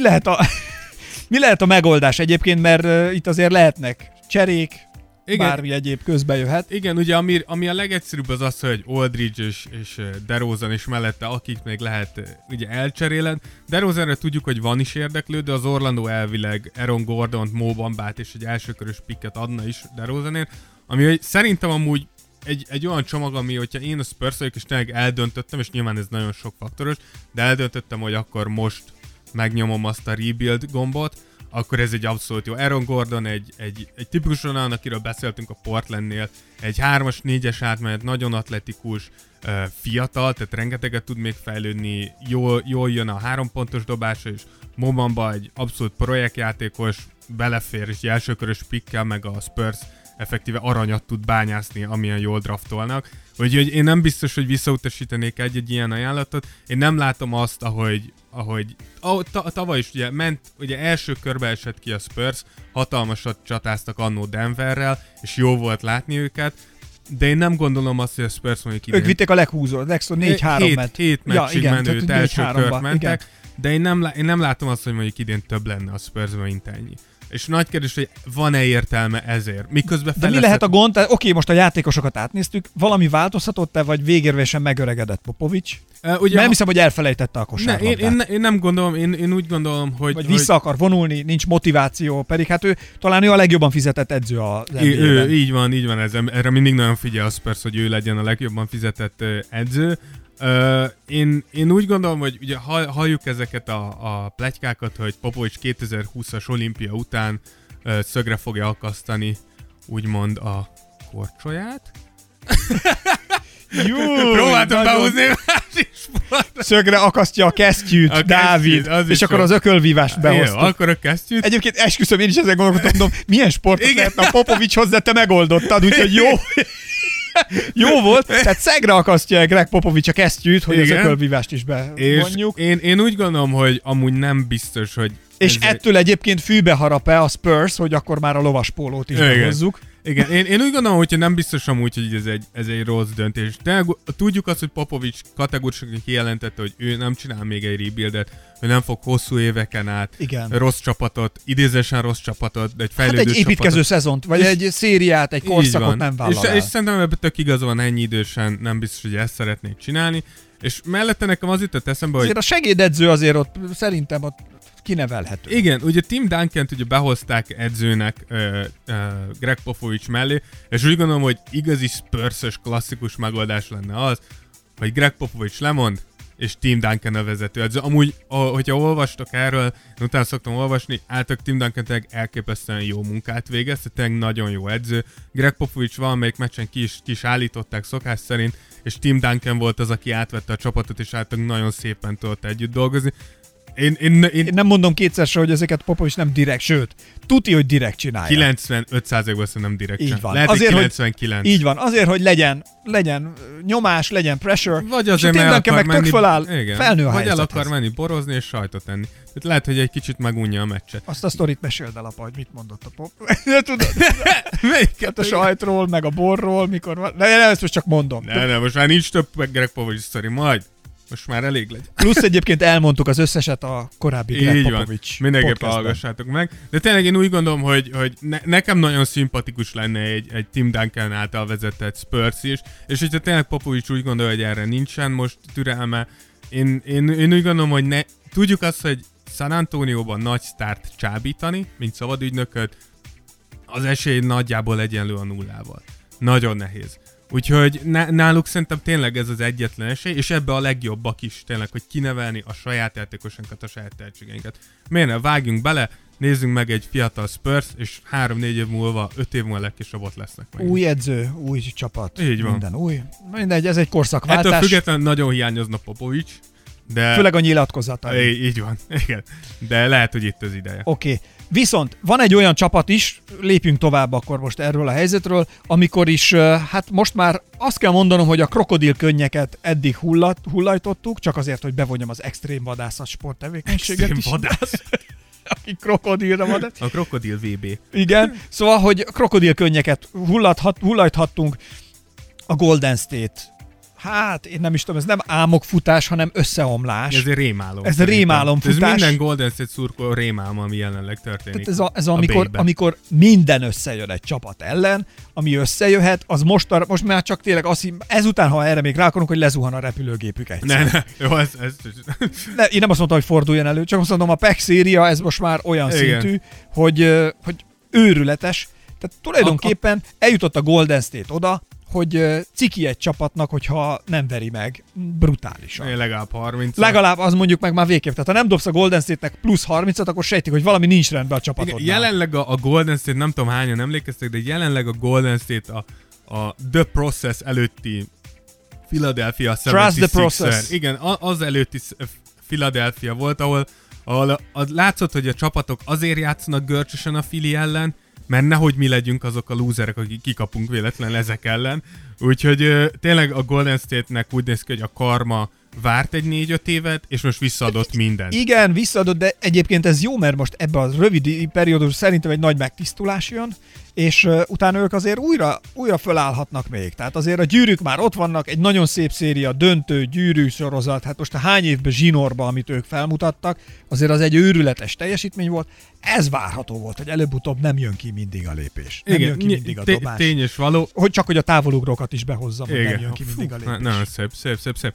mi lehet a megoldás egyébként, mert itt azért lehetnek cserék, igen. Bármi egyéb közbe jöhet. Igen, ugye ami a legegyszerűbb az, hogy Aldridge és DeRozan is mellette, akik még lehet ugye elcseréled. DeRozanra tudjuk, hogy van is érdeklődő, az Orlando elvileg Aaron Gordont, Mo Bambát és egy elsőkörös picket adna is DeRozanért, ami szerintem amúgy egy olyan csomag, ami, hogyha én a Spurs vagyok, és tényleg eldöntöttem, és nyilván ez nagyon sok faktoros, de eldöntöttem, hogy akkor most megnyomom azt a rebuild gombot, akkor ez egy abszolút jó. Aaron Gordon egy tipikusan olyan, akiről beszéltünk a Portlandnél, egy 3-as, 4-es átmenet, nagyon atletikus, fiatal, tehát rengeteget tud még fejlődni, jól jön a 3 pontos dobása, és Mobanba egy abszolút projektjátékos, belefér, és elsőkörös pickkel, meg a Spurs effektíve aranyat tud bányászni, amilyen jól draftolnak. Úgyhogy én nem biztos, hogy visszautasítanék egy ilyen ajánlatot. Én nem látom azt, ahogy tavaly is ugye első körbe esett ki a Spurs, hatalmasat csatáztak annó Denverrel, és jó volt látni őket, de én nem gondolom azt, hogy a Spurs mondjuk idén... Ők vitték a leghúzó, 4-3 ment. 7 meccsig menőt első kört mentek, de én nem látom azt, hogy mondjuk idén több lenne a Spursban, mint ennyi. És nagy kérdés, hogy van-e értelme ezért? Miközben de mi lehet a gond? Oké, most a játékosokat átnéztük, valami változhatott-e, vagy végérvesen megöregedett Popovics? Nem hiszem, hogy elfelejtette a kosárlabdát. Én nem gondolom, én úgy gondolom, hogy... Vagy vissza akar vonulni, nincs motiváció, pedig hát talán ő a legjobban fizetett edző az NBA-ben. Így van, erre mindig nagyon figyel a Spurs, hogy ő legyen a legjobban fizetett edző. Én úgy gondolom, hogy ugye halljuk ezeket a pletykákat, hogy Popovics 2020-as olimpia után szögre fogja akasztani úgymond a korcsolyát. Próbáltam behúzni másik sportra. Szögre akasztja a kesztyűt, Dávid, és akkor az ökölvívást behoztuk. Jó, akkor a kesztyűt. Egyébként esküszöm, én is ezen gondolkodom, milyen sportot lehetne a Popovicshoz, de te megoldottad, úgyhogy jó. Jó volt, tehát szegre akasztja Greg Popovics a kesztyűt, hogy az ökölvívást is bevonjuk. Én úgy gondolom, hogy amúgy nem biztos, hogy... És ettől egyébként fűbe harap-e a Spurs, hogy akkor már a lovaspólót is behozzuk. Igen, én úgy gondolom, hogy nem biztos amúgy, hogy ez egy rossz döntés. De tudjuk azt, hogy Popovics kategórikusan kijelentette, hogy ő nem csinál még egy rebuildet, hogy nem fog hosszú éveken át rossz csapatot, idézősen rossz csapatot, de egy fejlődő csapatot. Hát egy építkező szezont, vagy egy szériát, egy korszakot nem vállal el. És szerintem ebben tök igaz van, ennyi idősen nem biztos, hogy ezt szeretnék csinálni. És mellette nekem az jutott eszembe, azért hogy... a segédedző azért ott szerintem ott kinevelhető. Igen, ugye Tim Duncant ugye behozták edzőnek Greg Popovich mellé, és úgy gondolom, hogy igazi Spurs-ös klasszikus megoldás lenne az, hogy Greg Popovich lemond, és Tim Duncan a vezetőedző. Amúgy, hogyha olvastok erről, utána szoktam olvasni, általában Tim Duncan elképesztően jó munkát végez, tehát nagyon jó edző. Greg Popovich valamelyik meccsen ki is állították szokás szerint, és Tim Duncan volt az, aki átvette a csapatot, és általában nagyon szépen tudott együtt dolgozni. Én nem mondom kétszersre, hogy ezeket Popovics nem direkt, sőt, tuti, hogy direkt csinálja. 95%-ban szerintem direkt így van. Lehet, azért, 99. Így van, azért, hogy legyen nyomás, legyen pressure, vagy azért, és a meg tök föláll, felnő a vagy el helyzethez. akar menni borozni és sajtot enni. Tehát lehet, hogy egy kicsit megunja a meccset. Azt a sztorit meséld el, apa, hogy mit mondott a Pop. Tudod? Melyiket? A sajtról, meg a borról, mikor van. Ne, ezt most csak mondom. Ne, most már nincs több Greg Popovich sztori, majd. Most már elég legyen. Plusz egyébként elmondtuk az összeset a korábbi Greg Popovich mindenképpen hallgassátok meg. De tényleg én úgy gondolom, hogy nekem nagyon szimpatikus lenne egy Tim Duncan által vezetett Spurs is, és hogyha tényleg Popovich úgy gondolja, hogy erre nincsen most türelme, én úgy gondolom, hogy tudjuk azt, hogy San Antonióban nagy sztárt csábítani, mint szabadügynököt, az esély nagyjából egyenlő a nullával. Nagyon nehéz. Úgyhogy náluk szerintem tényleg ez az egyetlen esély, és ebbe a legjobbak is tényleg, hogy kinevelni a saját játékosunkat, a saját tehetségeinket. Miért ne? Vágjunk bele, nézzünk meg egy fiatal Spurs, és 3-4 év múlva, 5 év múlva legkisebb ott lesznek meg. Új edző, új csapat. Így van. Minden új. Mindegy, ez egy korszakváltás. Ettől függetlenül nagyon hiányozna Popovich, de... Főleg a nyilatkozata. Így van, igen. De lehet, hogy itt az ideje. Oké. Viszont van egy olyan csapat is, lépjünk tovább akkor most erről a helyzetről, amikor is, hát most már azt kell mondanom, hogy a krokodilkönnyeket eddig hullajtottuk, csak azért, hogy bevonjam az extrém vadászat sporttevékenységet is. Extrém vadász? Aki krokodilra vadász. A krokodil VB. Igen, szóval, hogy krokodilkönnyeket hullajthattunk a Golden State. Hát, én nem is tudom, ez nem álmokfutás, hanem összeomlás. Ez egy rémálom. Ez a rémálomfutás. Ez minden Golden State szurkoló rémálom, ami jelenleg történik. Tehát ez amikor minden összejön egy csapat ellen, ami összejöhet, az most már csak tényleg ezután, ha erre még rá akarunk, hogy lezuhan a repülőgépük egyszer. Ne, jó, ez... Én nem azt mondtam, hogy forduljon elő, csak azt mondom, a PEC széria, ez most már olyan szintű, hogy őrületes. Tehát tulajdonképpen eljutott a Golden State oda, ciki egy csapatnak, hogyha nem veri meg brutálisan. Legalább 30. Legalább az mondjuk meg már végképp. Tehát ha nem dobsz a Golden State-nek plusz 30-at, akkor sejtik, hogy valami nincs rendben a csapatodnál. Jelenleg a Golden State, nem tudom hányan emlékeztek, de jelenleg a Golden State a The Process előtti Philadelphia 76ers. Igen, az előtti Philadelphia volt, ahol látszott, hogy a csapatok azért játszanak görcsösen a Philly ellen, mert nehogy mi legyünk azok a lúzerek, akik kikapunk véletlen ezek ellen. Úgyhogy tényleg a Golden State-nek úgy néz ki, hogy a karma várt egy 4-5 évet, és most visszaadott mindent. Igen, visszaadott, de egyébként ez jó, mert most ebben a rövid periódus szerintem egy nagy megtisztulás jön, és utána ők azért újra fölállhatnak még. Tehát azért a gyűrűk már ott vannak, egy nagyon szép széria, döntő gyűrű sorozat, hát most a hány évben zsinórba, amit ők felmutattak, azért az egy őrületes teljesítmény volt. Ez várható volt, hogy előbb-utóbb nem jön ki mindig a lépés. Nem jön ki mindig a dobás. Tény és való. Csak hogy a távolugrókat is behozzam, hogy nem jön ki mindig a lépés. Nagyon szép.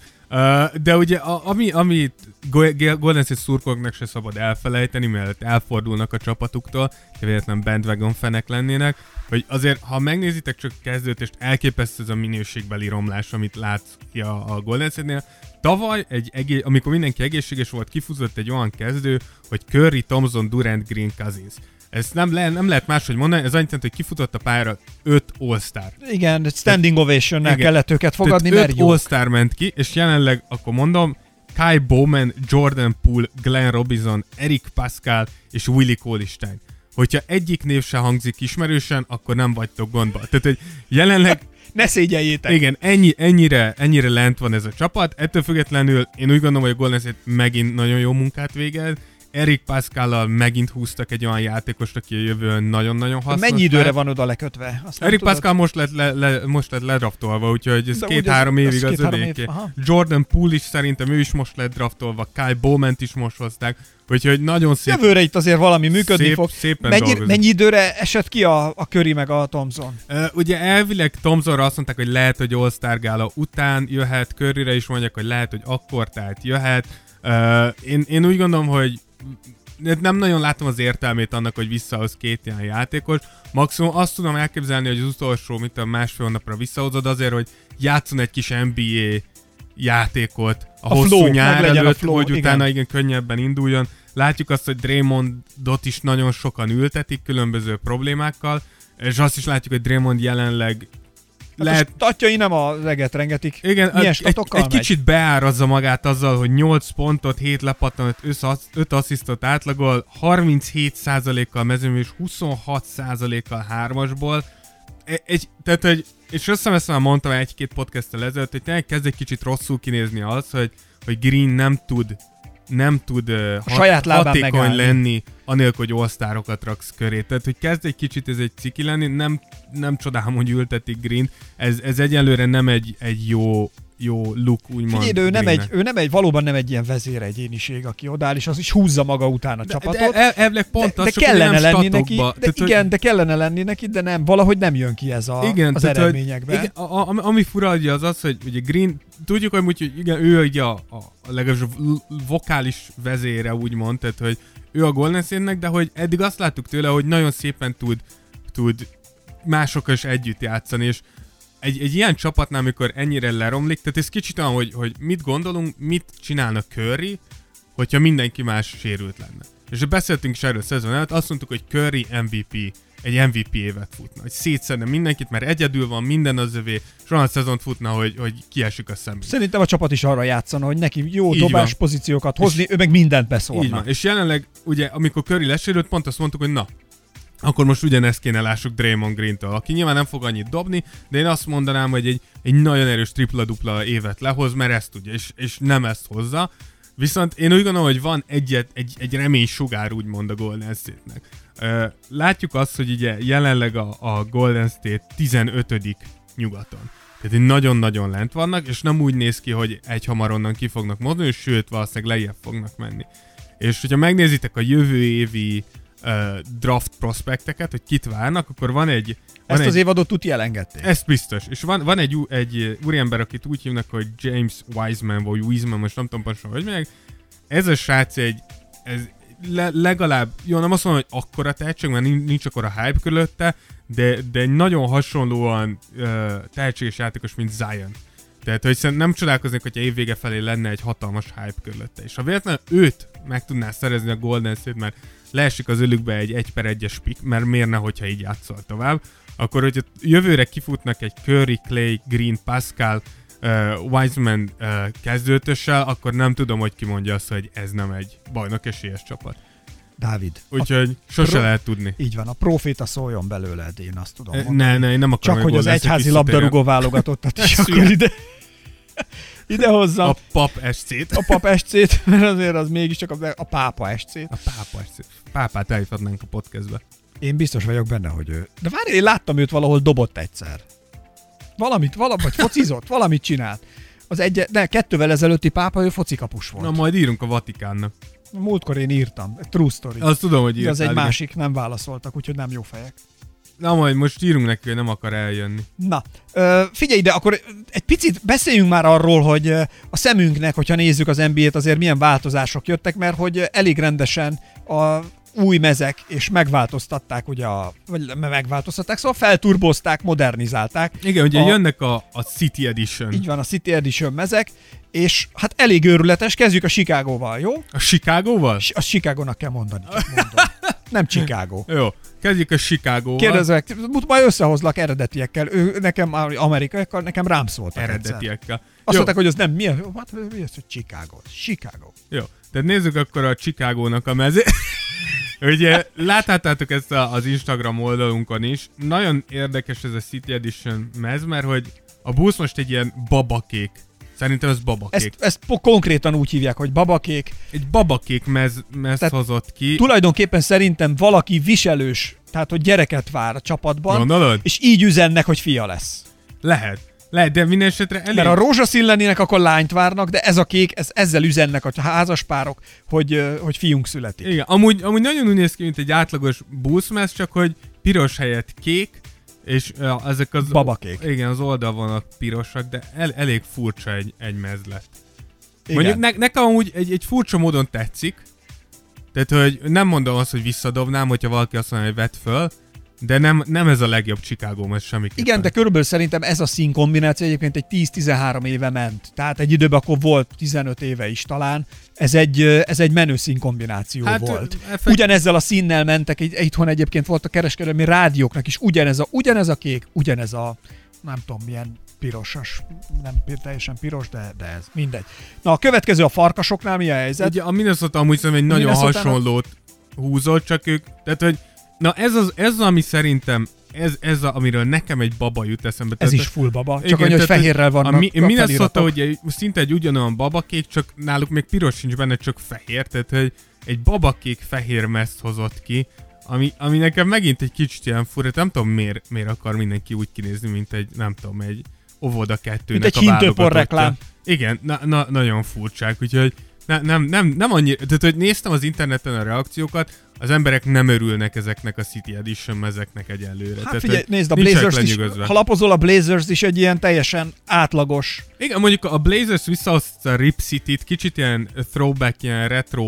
De ugye, ami Golden State szurkolóknak se szabad elfelejteni, mert elfordulnak a csapatuktól, hogy véletlen bandwagon fenek lennének, hogy azért, ha megnézitek csak kezdőtest, elképesztő ez a minőségbeli romlás, amit látsz ki a Golden State-nél. Tavaly, amikor mindenki egészséges volt, kifuzott egy olyan kezdő, hogy Curry, Thompson, Durant, Green, Cousins. Ezt nem lehet máshogy mondani, ez annyit jelent, hogy kifutott a pályára 5 All-Star. Igen, standing ovation-nel kellett őket fogadni, mert 5 All-Star ment ki, és jelenleg, akkor mondom, Kai Bowman, Jordan Poole, Glenn Robinson, Eric Pascal és Willie Cauley-Stein. Hogyha egyik név se hangzik ismerősen, akkor nem vagytok gondba. Tehát, hogy jelenleg... Ne szégyeljétek! Igen, ennyire lent van ez a csapat. Ettől függetlenül én úgy gondolom, hogy a Golden State megint nagyon jó munkát végez. Eric Pascallal megint húztak egy olyan játékost, aki a jövőn nagyon-nagyon hasznos. Mennyi időre van oda lekötve? Eric Pascal most lett ledraftolva, úgyhogy ez 2-3 évig az övéké. Jordan Poole is szerintem ő is most lett draftolva, Kai Bowman-t is most hozták, úgyhogy nagyon szép. Jövőre itt azért valami működni fog. Szépen mennyi időre esett ki a Curry meg a Thompson? Ugye elvileg Thompsonra azt mondták, hogy lehet, hogy All-Star gála után jöhet, Curryre is mondják, hogy lehet, hogy akkor, tehát jöhet. Én úgy gondolom, hogy nem nagyon látom az értelmét annak, hogy visszahoz 2 ilyen játékos. Maximum azt tudom elképzelni, hogy az utolsó, másfél napra visszahozod azért, hogy játszon egy kis NBA játékot a hosszú flow, nyár előtt, hogy utána igen, könnyebben induljon. Látjuk azt, hogy Draymondot is nagyon sokan ültetik különböző problémákkal, és azt is látjuk, hogy Draymond jelenleg lehet... statjai nem a leget rengetik. Igen, egy kicsit beárazza magát azzal, hogy 8 pontot, 7 lepattanat, 5 asszisztot átlagol, 37%-kal mezőmű és 26%-kal 3-asból. Tehát, hogy, és ezt már mondtam egy-két podcasttel ezelőtt, hogy tényleg kezd egy kicsit rosszul kinézni az, hogy Green nem tud hatékony lenni, anélkül, hogy all-starokat raksz köré. Tehát, hogy kezd egy kicsit ez egy ciki lenni, nem csodálom, hogy ültetik Green. Ez egyelőre nem egy jó look, úgymond. Figyelj, ő valóban nem egy ilyen vezéregyéniség, aki odáll, és az is húzza maga után a csapatot. Elvileg pont az, kellene lenni neki, de kellene lenni neki, de nem, valahogy nem jön ki ez az eredményekbe. Igen, ami fura az, hogy ugye Green, tudjuk, hogy igen, ő ugye a legalábbis vokális vezére, úgymond, tehát, hogy ő a Golden State-nek, de hogy eddig azt láttuk tőle, hogy nagyon szépen tud másokkal is együtt játszani, és egy ilyen csapatnál, amikor ennyire leromlik, tehát ez kicsit olyan, hogy mit gondolunk, mit csinálnak Curry, hogyha mindenki más sérült lenne. És beszéltünk is erről a szezon előtt, azt mondtuk, hogy Curry egy MVP évet futna, hogy szétszedne mindenkit, mert egyedül van, minden az övé, és olyan szezont futna, hogy kiesik a szemben. Szerintem a csapat is arra játszana, hogy neki jó dobás pozíciókat hozni, ő meg mindent beszólna. Így van. És jelenleg, ugye, amikor Curry lesérült, pont azt mondtuk, hogy na, akkor most ugyanezt kéne lássuk Draymond Greentől, aki nyilván nem fog annyit dobni, de én azt mondanám, hogy egy nagyon erős tripla-dupla évet lehoz, mert ezt tudja, és nem ezt hozza. Viszont én úgy gondolom, hogy van egy reménysugár, úgymond a Golden State-nek. Látjuk azt, hogy ugye jelenleg a Golden State 15. nyugaton. Tehát nagyon-nagyon lent vannak, és nem úgy néz ki, hogy egyhamar onnan ki fognak mozdulni, sőt, valószínűleg lejjebb fognak menni. És hogyha megnézitek a jövő évi draft prospekteket, hogy kit várnak, akkor van egy... Az évadot tuti elengedték. Ez biztos. És van egy úriember, akit úgy hívnak, hogy James Wiseman, vagy Wiseman, most nem tudom pontosan, hogy meg. Ez a srác legalább, jó, nem azt mondom, hogy akkora tehetség, mert nincs akkora hype körülötte, de egy nagyon hasonlóan tehetséges játékos, mint Zion. Tehát, hogy szerintem nem csodálkoznék, hogyha évvége felé lenne egy hatalmas hype körülötte. És ha véletlenül őt meg tudná szerezni a Golden State, mert leesik az ölükbe egy 1/1-es pick, mert miért ne, hogyha így játszol tovább, akkor hogyha jövőre kifutnak egy Curry, Clay, Green, Pascal, Wiseman kezdőtössel, akkor nem tudom, hogy ki mondja azt, hogy ez nem egy bajnok esélyes csapat. Dávid. Úgyhogy sose lehet tudni. Így van, a proféta szóljon belőled, én azt tudom mondani. Ne, én nem akarom. Csak hogy az egyházi labdarúgó válogatottat is akkor ide hozzam. A pap SC-t. A pap SC-t, mert azért az mégiscsak a pápa SC-t. A pápa SC-t. Pápát elhívhatnánk a podcastbe. Én biztos vagyok benne, hogy ő. De várj, én láttam őt valahol dobott egyszer. Valamit focizott, valamit csinált. De 2-vel ezelőtti pápa, ő focikapus volt. Na, majd írunk a Vatikánnak. Múltkor én írtam, true story. Azt tudom, hogy írtál. Az egy másik, nem válaszoltak, úgyhogy nem jó fejek. Na majd most írunk neki, hogy nem akar eljönni. Na, figyelj ide, akkor egy picit beszéljünk már arról, hogy a szemünknek, hogyha nézzük az NBA-t, azért milyen változások jöttek, mert hogy elég rendesen a új mezek, és megváltoztatták, ugye szóval felturbozták, modernizálták. Igen, ugye jönnek a City Edition. Így van, a City Edition mezek, és hát elég őrületes, kezdjük a Chicagóval, jó? A Chicagóval? A Chicagónak kell mondani, nem Chicago. Jó, kezdjük a Chicagóval. Kérdezek, majd összehozlak eredetiekkel, nekem amerikaiakkal, nekem rám szóltak eredetiekkel. Azt mondták, hogy az nem, mi az, hogy Chicago. Jó, tehát nézzük akkor a Chicagónak a mezét. Ugye láthattátok ezt az Instagram oldalunkon is. Nagyon érdekes ez a City Edition mez, mert hogy a Bulls most egy ilyen babakék. Szerintem ez babakék. Ezt konkrétan úgy hívják, hogy babakék. Egy babakék mez hozott ki. Tulajdonképpen szerintem valaki viselős, tehát hogy gyereket vár a csapatban. Gondolod? És így üzennek, hogy fia lesz. Lehet, de minden esetre elég. Mert a rózsaszín lennének, akkor lányt várnak, de ez a kék, ezzel üzennek a házaspárok, hogy fiunk születik. Igen, amúgy nagyon úgy néz ki, mint egy átlagos Bulls mez, csak hogy piros helyett kék, és ezek az... Babakék. Igen, az oldalvonalak pirosak, de elég furcsa egy mez lett. Igen. Mondjuk nekem amúgy egy furcsa módon tetszik, tehát hogy nem mondom azt, hogy visszadobnám, hogyha valaki azt mondja, hogy vedd föl, de nem ez a legjobb Chicago mez semmiképpen. Igen, de körülbelül szerintem ez a színkombináció egyébként egy 10-13 éve ment. Tehát egy időben akkor volt 15 éve is talán. Ez egy menő színkombináció volt. Ugyanezzel a színnel mentek, itthon egyébként volt a kereskedelmi rádióknak is ugyanez a kék, ugyanez a nem tudom milyen pirosas, nem teljesen piros, de ez mindegy. Na a következő a farkasoknál mi a helyzet? Ugye a Minnesota amúgy szerintem egy nagyon hasonlót húzott, csak ők, tehát hogy na ez ami szerintem, amiről nekem egy baba jut eszembe. Ez is full baba, csak annyi, hogy fehérrel vannak a Minnesota ugye szinte egy ugyanolyan babakék, csak náluk még piros sincs benne, csak fehér, tehát hogy egy babakék fehér mezt hozott ki, ami nekem megint egy kicsit ilyen fura, nem tudom miért akar mindenki úgy kinézni, mint egy, nem tudom, egy óvoda 2-nek a mint egy hintőpor reklám. Igen, nagyon furcsák, úgyhogy nem annyira, tehát hogy néztem az interneten a reakciókat, az emberek nem örülnek ezeknek a City Edition mezeknek egyelőre. Hát figyelj, nézd, a Blazers is, ha lapozol, a Blazers is egy ilyen teljesen átlagos. Igen, mondjuk a Blazers visszahozta a Rip City-t, kicsit ilyen throwback, ilyen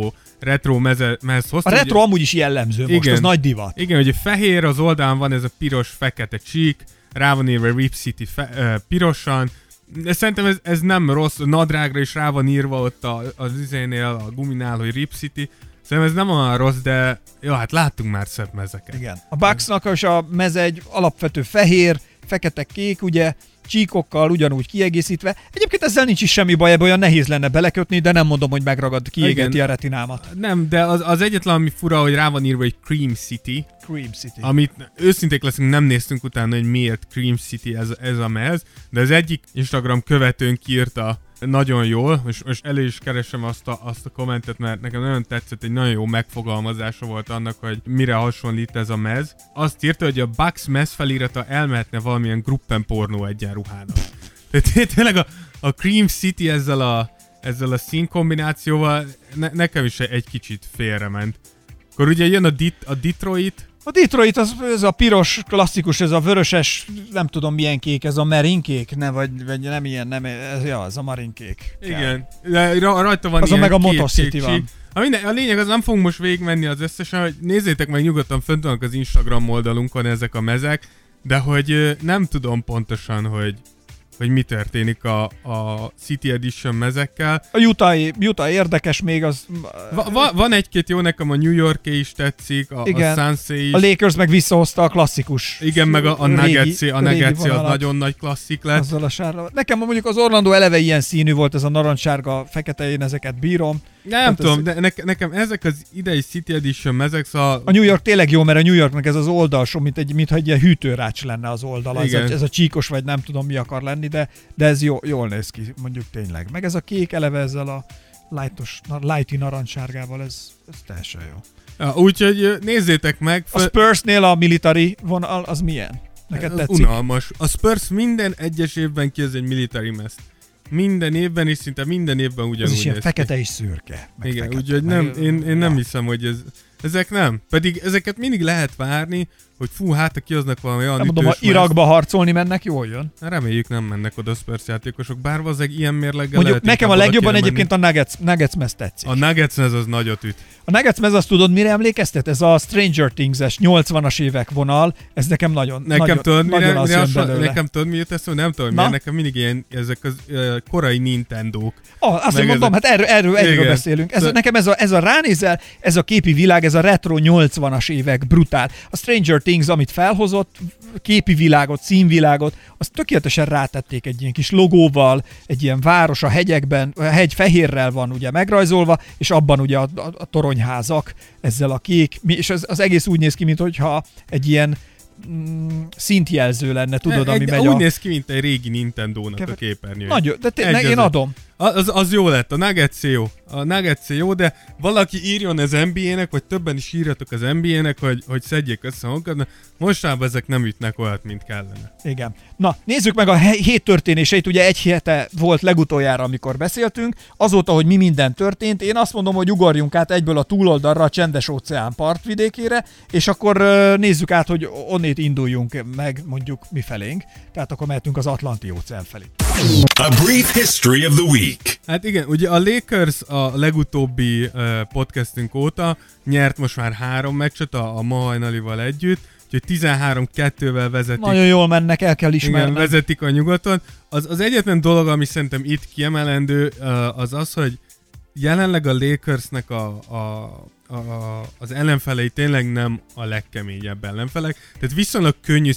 retro mez hozta. A retro amúgy is jellemző most, az nagy divat. Igen, hogy fehér, az oldalán van ez a piros-fekete csík, rá van írva Rip City pirosan, de szerintem ez nem rossz, a nadrágra is rá van írva ott az izénél, a guminál, hogy Rip City. Szerintem ez nem olyan rossz, de jó, hát láttunk már szebb mezeket. Igen. A Bucksnak is a meze egy alapvető fehér, fekete-kék, ugye, csíkokkal ugyanúgy kiegészítve. Egyébként ezzel nincs is semmi baj, olyan nehéz lenne belekötni, de nem mondom, hogy megragad, kiégeti a retinámat. Nem, de az egyetlen, ami fura, hogy rá van írva, hogy Cream City. Cream City. Amit őszinték leszünk, nem néztünk utána, hogy miért Cream City ez a mez, de az egyik Instagram követőnk írta nagyon jól, most elő is keresem azt a kommentet, mert nekem nagyon tetszett, egy nagyon jó megfogalmazása volt annak, hogy mire hasonlít ez a mez. Azt írta, hogy a Bucks mez felírata elmehetne valamilyen gruppen pornó egyenruhának. Tehát tényleg a Cream City ezzel a színkombinációval nekem is egy kicsit félrement. Akkor ugye jön a Detroit. A Detroit ez a piros, klasszikus, ez a vöröses, nem tudom milyen kék, ez a marinkék, vagy nem ilyen, ez a marinkék. Igen, de rajta van az ilyen meg a két Motor City van. A lényeg az, nem fogunk most végigmenni az összesen, hogy nézzétek meg nyugodtan, fönt vannak az Instagram oldalunkon ezek a mezek, de hogy nem tudom pontosan, hogy mi történik a City Edition mezekkel. A Utah érdekes még az... Van egy-két jó, nekem a New York is tetszik, a Sunsé is. A Lakers meg visszahozta a klasszikus. Igen, meg a Nuggets az nagyon nagy klasszik lett. Azzal a sárga. Nekem mondjuk az Orlando eleve ilyen színű volt, ez a narancssárga, fekete, én ezeket bírom. Nem tudom, de nekem ezek az idei City Edition mezek, szóval... A New York tényleg jó, mert a New Yorknak ez az oldalsó, mintha egy ilyen hűtőrács lenne az oldala. Ez a csíkos, vagy nem tudom mi akar lenni, de ez jól néz ki, mondjuk tényleg. Meg ez a kék eleve ezzel a lighty narancssárgával, ez teljesen jó. Ja, úgyhogy nézzétek meg. A Spursnél a military vonal, az milyen? Neked tetszik? Unalmas. A Spurs minden egyes évben kihoz egy military mezt. Minden évben, és szinte minden évben ugyanúgy. Ez is ilyen fekete és szürke. Igen, úgyhogy nem, én nem hiszem, hogy ezek nem. Pedig ezeket mindig lehet várni, hogy hát kihoznak valami olyan ütős. Nem mondom, ha Irakba harcolni mennek, jól jön. Reméljük nem mennek oda Spurs játékosok, bár valószínűleg ilyen mérleggel mondjuk lehet. Nekem a legjobban egyébként a Nuggets mez tetszik. A Nuggets mez az nagyot üt. A Nuggets mez azt tudod, mire emlékeztet? Ez a Stranger Things-es 80-as évek vonal, ez nekem nagyon tudod, mi jut eszembe? Nem tudom, miért nekem mindig ilyen ezek az korai Nintendók. Azt mondom, hát erről beszélünk. Nekem ez a ránézel, ez a képi világ, ez a retro 80-as évek brutál. A Stranger Things, amit felhozott, képi világot, színvilágot, azt tökéletesen rátették egy ilyen kis logóval, egy ilyen város a hegyekben, a hegy fehérrel van ugye megrajzolva, és abban ugye a toronyházak ezzel a kék, és az egész úgy néz ki, mintha egy ilyen szintjelző lenne, tudod, ami megy úgy néz ki, mint egy régi Nintendónak a képernyője. Nagyon, de én adom. Az jó lett, a Nuggets jó, de valaki írjon az NBA-nek, vagy többen is írjatok az NBA-nek, hogy szedjék össze magukat, mostában ezek nem ütnek olyat, mint kellene. Igen. Na, nézzük meg a hét történéseit, ugye egy hete volt legutoljára, amikor beszéltünk, azóta, hogy mi minden történt, én azt mondom, hogy ugorjunk át egyből a túloldalra, a Csendes-óceán partvidékére, és akkor nézzük át, hogy onnét induljunk meg mondjuk mi felénk, tehát akkor mehetünk az Atlanti-óceán felé. A brief history of the week. Hát igen, ugye a Lakers a legutóbbi podcastünk óta nyert most már 3 meccset a ma hajnalival együtt, úgyhogy 13-2-vel vezetik. Nagyon jól mennek, el kell ismerni. Igen, vezetik a nyugaton. Az egyetlen dolog, ami szerintem itt kiemelendő, az, hogy jelenleg a Lakersnek az ellenfelei tényleg nem a legkeményebb ellenfelek, tehát viszonylag könnyű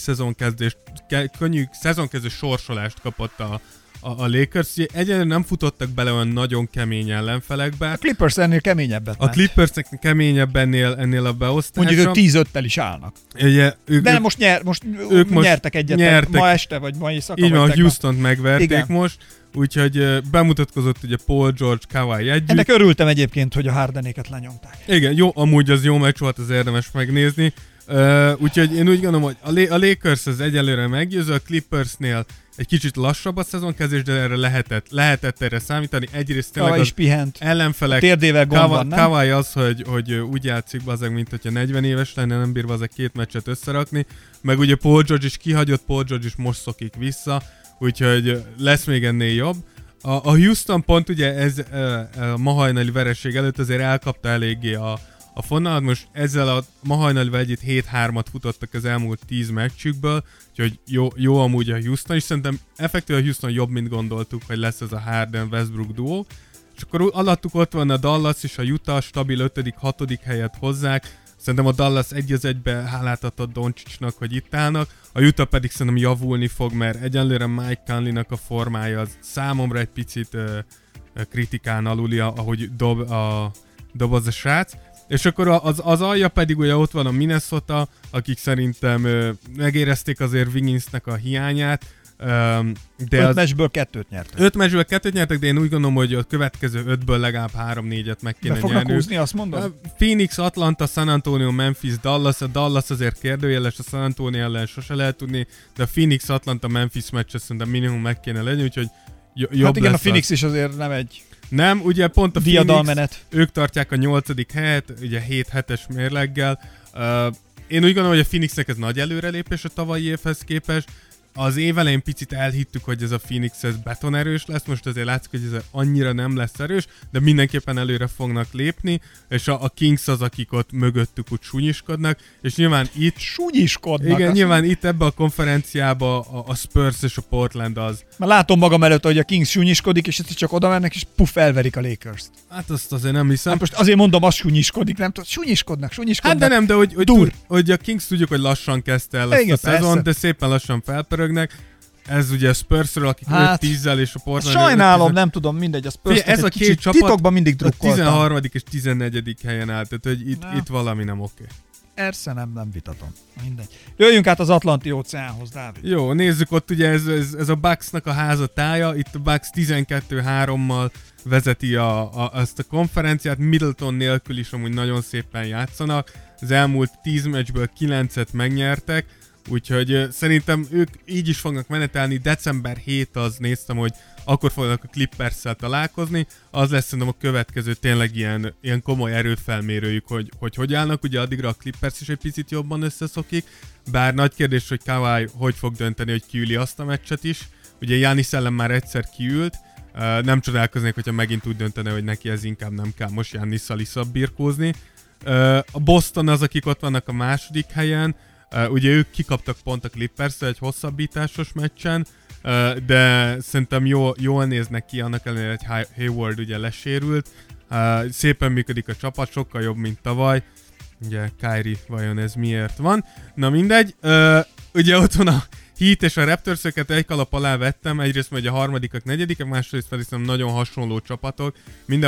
szezonkezdő sorsolást kapott a Lakers. Ugye egyelőre nem futottak bele olyan nagyon kemény ellenfelekbe. A Clippers ennél keményebbet. A Clippersnek keményebb ennél a beosztásra. Mondjuk ők 10-5-tel is állnak. Ugye, de most nyertek egyet, ma este vagy ma éjszaka. Így van, Houstont megverték most. Úgyhogy bemutatkozott ugye Paul George, Kawhi együtt. Ennek örültem egyébként, hogy a Hardenéket lenyomták. Igen, jó, amúgy az jó meccs volt, az érdemes megnézni. Úgyhogy én úgy gondolom, hogy a Lakers az egyelőre meggyőző, a Clippersnél egy kicsit lassabb a szezonkezdés, de erre lehetett erre számítani. Egyrészt tényleg az ellenfelek, térdével gond van, nem? Kawhi az, hogy úgy játszik bazeg, mint hogyha 40 éves lenne, nem bír bazeg 2 meccset összerakni. Meg ugye Paul George is kihagyott, Paul George is most szokik vissza, úgyhogy lesz még ennél jobb. A Houston pont ugye ez a ma hajnali vereség előtt azért elkapta eléggé a fonalat, most ezzel a ma hajnalival együtt 7-3-at futottak az elmúlt 10 meccsükből, úgyhogy jó amúgy a Houston, és szerintem effektíve a Houston jobb, mint gondoltuk, hogy lesz ez a Harden-Westbrook duó. És akkor alattuk ott van a Dallas és a Utah, stabil 5.-6. helyet hozzák. Szerintem a Dallas 1-1-be hálát adott Doncsicsnak, hogy itt állnak. A Utah pedig szerintem javulni fog, mert egyenlőre Mike Conley-nak a formája az számomra egy picit kritikán aluli, ahogy doboz a srác. És akkor az alja pedig ugye ott van a Minnesota, akik szerintem megérezték azért Wigginsnek a hiányát. 5 meccsből 2-t nyertek. 5 meccsből 2-t nyertek, de én úgy gondolom, hogy a következő 5-ből legalább 3-4-et meg kéne nyerni. Be fognak húzni, azt mondod? Phoenix, Atlanta, San Antonio, Memphis, Dallas. A Dallas azért kérdőjeles, a San Antonio ellen sose lehet tudni, de a Phoenix, Atlanta, Memphis meccs szerintem minimum meg kéne lenni, úgyhogy jobb hát igen, lesz a Phoenix is azért nem egy... Nem, ugye pont a Phoenix, ők tartják a 8. helyet, ugye 7-7-es mérleggel. Én úgy gondolom, hogy a Phoenixnek ez nagy előrelépés a tavalyi évhez képest. az év elején picit elhittük, hogy ez a Phoenix ez betonerős lesz, most azért látszik, hogy ez annyira nem lesz erős, de mindenképpen előre fognak lépni, és a Kings az, akik ott mögöttük úgy súnyiskodnak, és nyilván itt... Súnyiskodnak? Igen, nyilván itt ebbe a konferenciába a Spurs és a Portland az. Már látom magam előtt, hogy a Kings súnyiskodik, és ezt csak oda mennek, és puff, elverik a Lakers-t. Hát azt azért nem hiszem. Hát most azért mondom, az súnyiskodik, nem tudom, súnyiskodnak. Hát de nem, de hogy a Kings tudjuk, hogy lassan kezdte el ezt a szezon, de szépen lassan felpörögnek. Ez ugye a Spursről, akik 5-10-zel és a Portland... Sajnálom, nem tudom, mindegy, a Spurs ez a két csapat titokban mindig drukkoltam. 13. és 14. helyen állt, tehát hogy itt valami nem oké. Persze nem vitatom. Mindegy. Jöjjünk át az Atlanti-óceánhoz, Dávid. Jó, nézzük ott ugye ez a Bucksnak a házatája, itt a Bucks 12-3-mal vezeti ezt a konferenciát, Middleton nélkül is amúgy nagyon szépen játszanak, az elmúlt 10 meccsből 9-et megnyertek, úgyhogy szerintem ők így is fognak menetelni. December 7 az néztem, hogy akkor fognak a Clippers-szel találkozni, az lesz szerintem a következő tényleg ilyen komoly erőfelmérőjük, hogy állnak, ugye addigra a Clippers is egy picit jobban összeszokik, bár nagy kérdés, hogy Kawhi hogy fog dönteni, hogy kiüli azt a meccset is, ugye Giannis ellen már egyszer kiült, nem csodálkoznék, hogyha megint úgy döntene, hogy neki ez inkább nem kell most Giannissal birkózni. A Boston az, akik ott vannak a második helyen, ugye ők kikaptak pont a Clippers-szel egy hosszabbításos meccsen, de szerintem jól néznek ki, annak ellenére, hogy Hayward ugye lesérült. Szépen működik a csapat, sokkal jobb, mint tavaly. Ugye Kyrie, vajon ez miért van? Na mindegy. Ugye ott van a Heat és a Raptors, őket egy kalap alá vettem, egyrészt majd a harmadikak, negyedikek, másrészt pedig szerintem nagyon hasonló csapatok. Mind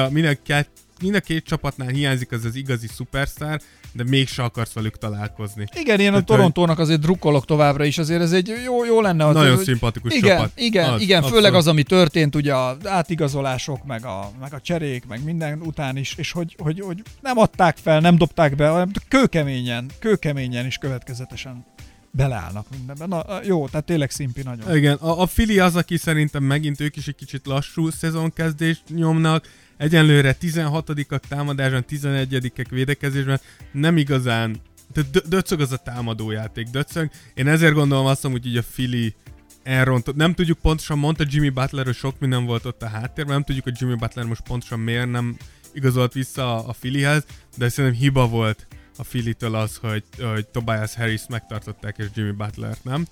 a két csapatnál hiányzik az igazi szupersztár, de mégse akarsz velük találkozni. Igen, én a Torontónak azért drukkolok továbbra is, azért ez egy jó lenne. Nagyon szimpatikus csapat. Igen, főleg az, ami történt, ugye az átigazolások, meg a cserék, meg minden után is, és hogy nem adták fel, nem dobták be, hanem kőkeményen is következetesen beleállnak mindenben. Na, jó, tehát tényleg szimpi nagyon. Igen, a Philly az, aki szerintem megint ők is egy kicsit lassú szezonkezdést nyomnak, egyenlőre 16-ak támadásban, 11-ek védekezésben, nem igazán, döcög az a támadójáték, döcög. Én ezért gondolom azt, hogy a Philly elrontott. Nem tudjuk pontosan, mondta Jimmy Butler, hogy sok minden volt ott a háttérben, nem tudjuk, hogy Jimmy Butler most pontosan miért nem igazolt vissza a Phillyhez, de szerintem hiba volt a Phillytől az, hogy Tobias Harris megtartották, és Jimmy Butlert nem.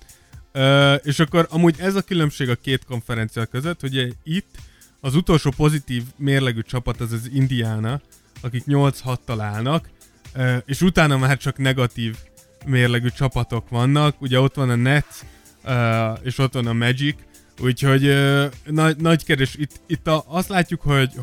És akkor amúgy ez a különbség a két konferencia között, hogy itt az utolsó pozitív mérlegű csapat az Indiana, akik 8-6-tal állnak, és utána már csak negatív mérlegű csapatok vannak. Ugye ott van a Nets, és ott van a Magic, úgyhogy nagy kérdés. Itt azt látjuk,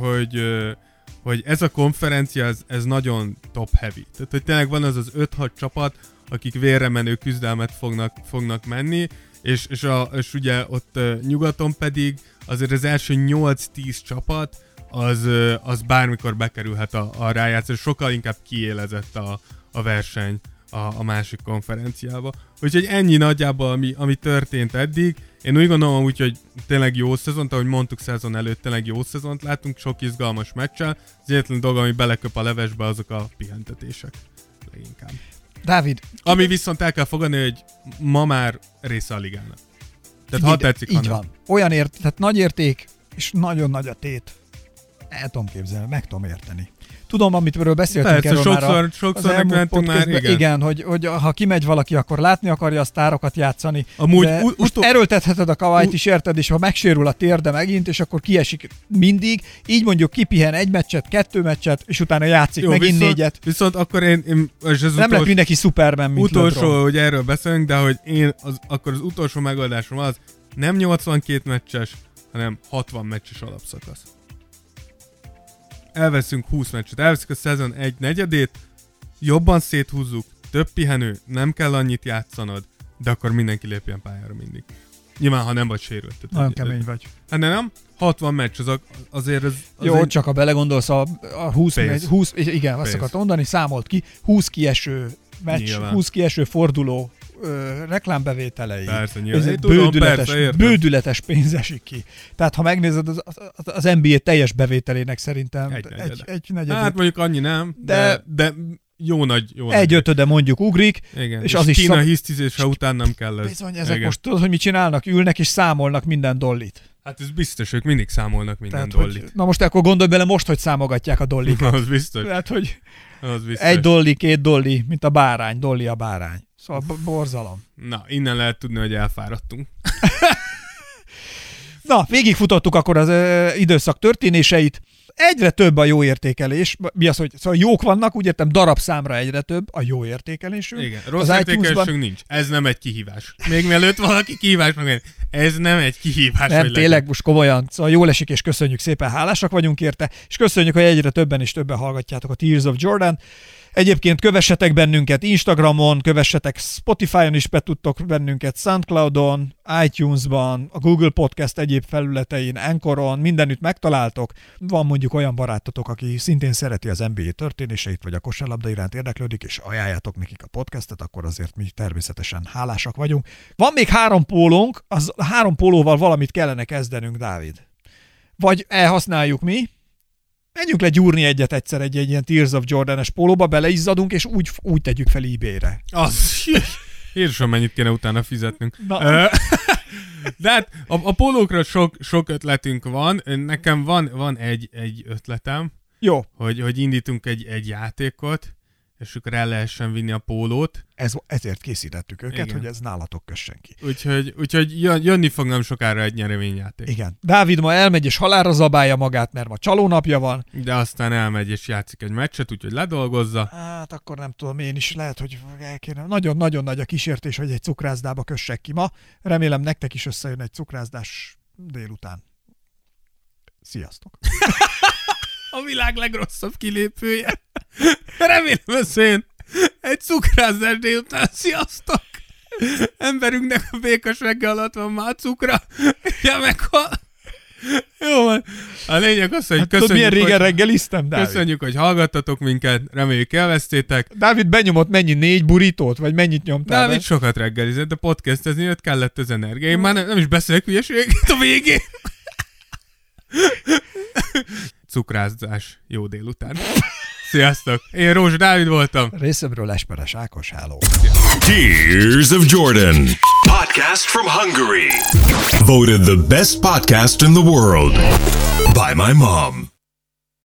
hogy ez a konferencia, ez nagyon top-heavy. Tehát, hogy tényleg van az 5-6 csapat, akik vérre menő küzdelmet fognak menni, és ugye ott nyugaton pedig azért az első 8-10 csapat az bármikor bekerülhet a rájátszás, sokkal inkább kiélezett a verseny a másik konferenciába. Úgyhogy ennyi nagyjából, ami történt eddig. Én úgy gondolom úgy, hogy tényleg jó szezont, ahogy mondtuk szezon előtt, tényleg jó szezont látunk, sok izgalmas meccsel. Az egyetlen dolog, ami beleköp a levesbe, azok a pihentetések leginkább. Dávid. Ami viszont el kell fogadni, hogy ma már része a ligának. Tehát ha tetszik, így van. Olyan tehát nagy érték, és nagyon nagy a tét. El tudom képzelni, meg tudom érteni. Tudom, amitről beszéltünk persze, erről sokszor megmentünk már, igen, hogy ha kimegy valaki, akkor látni akarja a sztárokat játszani. Amúgy de most erőltetheted a Kawhit is, érted, és ha megsérül a térde megint, és akkor kiesik mindig, így mondjuk kipihen 1 meccset, 2 meccset, és utána játszik jó, megint 4-et. Viszont akkor én nem lett mindenki Superman, mint utolsó, LeBron. hogy erről beszélünk, de hogy akkor az utolsó megoldásom az nem 82 meccses, hanem 60 meccses alapszakasz. Elveszünk 20 meccset, elveszünk a szezon 1/4, jobban széthúzzuk, több pihenő, nem kell annyit játszanod, de akkor mindenki lépjen pályára mindig. Nyilván, ha nem vagy sérült. Nagyon kemény vagy. Hát nem? 60 meccs, azért ez... Jó, csak ha belegondolsz a 20 igen, azt akartam mondani, számolt ki, 20 kieső meccs, nyilván. 20 kieső forduló reklámbevételei. Persze, bődületes pénz esik ki. Tehát ha megnézed az NBA teljes bevételének szerintem egy negyedét. Hát mondjuk annyi nem, de jó nagy. Egy ötöde mondjuk ugrik, igen. És az is Kína hisztizése után nem kell ez. Bizony, ezek most tudod, hogy mit csinálnak? Ülnek és számolnak minden dollit. Hát ez biztos, ők mindig számolnak minden dollit. Hogy, na most akkor gondolj bele most, hogy számogatják a dollikat. Az biztos. Tehát, hogy az biztos. 1 dolli, 2 dolli, mint a bárány, dolli a bárány. Szóval borzalom. Na, innen lehet tudni, hogy elfáradtunk. Na, végigfutottuk akkor az időszak történéseit. Egyre több a jó értékelés. Mi az, hogy szóval jók vannak, úgy értem, darabszámra egyre több a jó értékelésünk. Igen, rossz értékelésünk nincs. Ez nem egy kihívás. Még mielőtt valaki kihívásnak, ez nem egy kihívás. Nem, tényleg most komolyan. Szóval jól esik, és köszönjük szépen, hálásak vagyunk érte, és köszönjük, hogy egyre többen és többen hallgatjátok a Tears of Jordan. Egyébként kövessetek bennünket Instagramon, kövessetek Spotify-on is be tudtok bennünket, Soundcloudon, iTunes-ban, a Google Podcast egyéb felületein, Anchoron, mindenütt megtaláltok. Van mondjuk olyan barátotok, aki szintén szereti az NBA történéseit, vagy a kosárlabda iránt érdeklődik, és ajánljátok nekik a podcastet, akkor azért mi természetesen hálásak vagyunk. Van még 3 pólónk, az 3 pólóval valamit kellene kezdenünk, Dávid. Vagy elhasználjuk mi, menjünk le gyúrni egyet egyszer egy ilyen Tears of Jordan-es pólóba, beleizzadunk, és úgy tegyük fel eBay-re. Az, Jézusom, mennyit kéne utána fizetnünk. De hát a pólókra sok ötletünk van. Nekem van egy ötletem. Jó. Hogy indítunk egy játékot, és akkor el lehessen vinni a pólót. Ezért készítettük őket, igen, hogy ez nálatok kössen ki. Úgyhogy jönni fog nem sokára egy nyereményjáték. Igen. Dávid ma elmegy és halálra zabálja magát, mert ma csalónapja van. De aztán elmegy és játszik egy meccset, úgyhogy ledolgozza. Hát akkor nem tudom, én is lehet, hogy nagyon-nagyon nagy a kísértés, hogy egy cukrászdába kössek ki ma. Remélem nektek is összejön egy cukrászdás délután. Sziasztok! A világ legrosszabb kilépője. Remélem összejön egy cukrászás délután. Sziasztok! Emberünknek a békos reggel alatt van már cukra. Ja, meghal. Jó van. A lényeg az, hogy köszönjük, milyen régen reggeliztem, Dávid. Köszönjük, hogy hallgattatok minket. Reméljük élveztétek. Dávid benyomott mennyi 4 burítót, vagy mennyit nyomtál? Dávid sokat reggelizett, de podcastezni őt kellett az energia. Én már nem is beszélek hülyeséget a végén. Cukrászás jó délután. Sziasztok! Én Rózsa Dávid voltam. Részemről Esperes Ákos, hello. Tears of Jordan. Podcast from Hungary. Voted the best podcast in the world by my mom.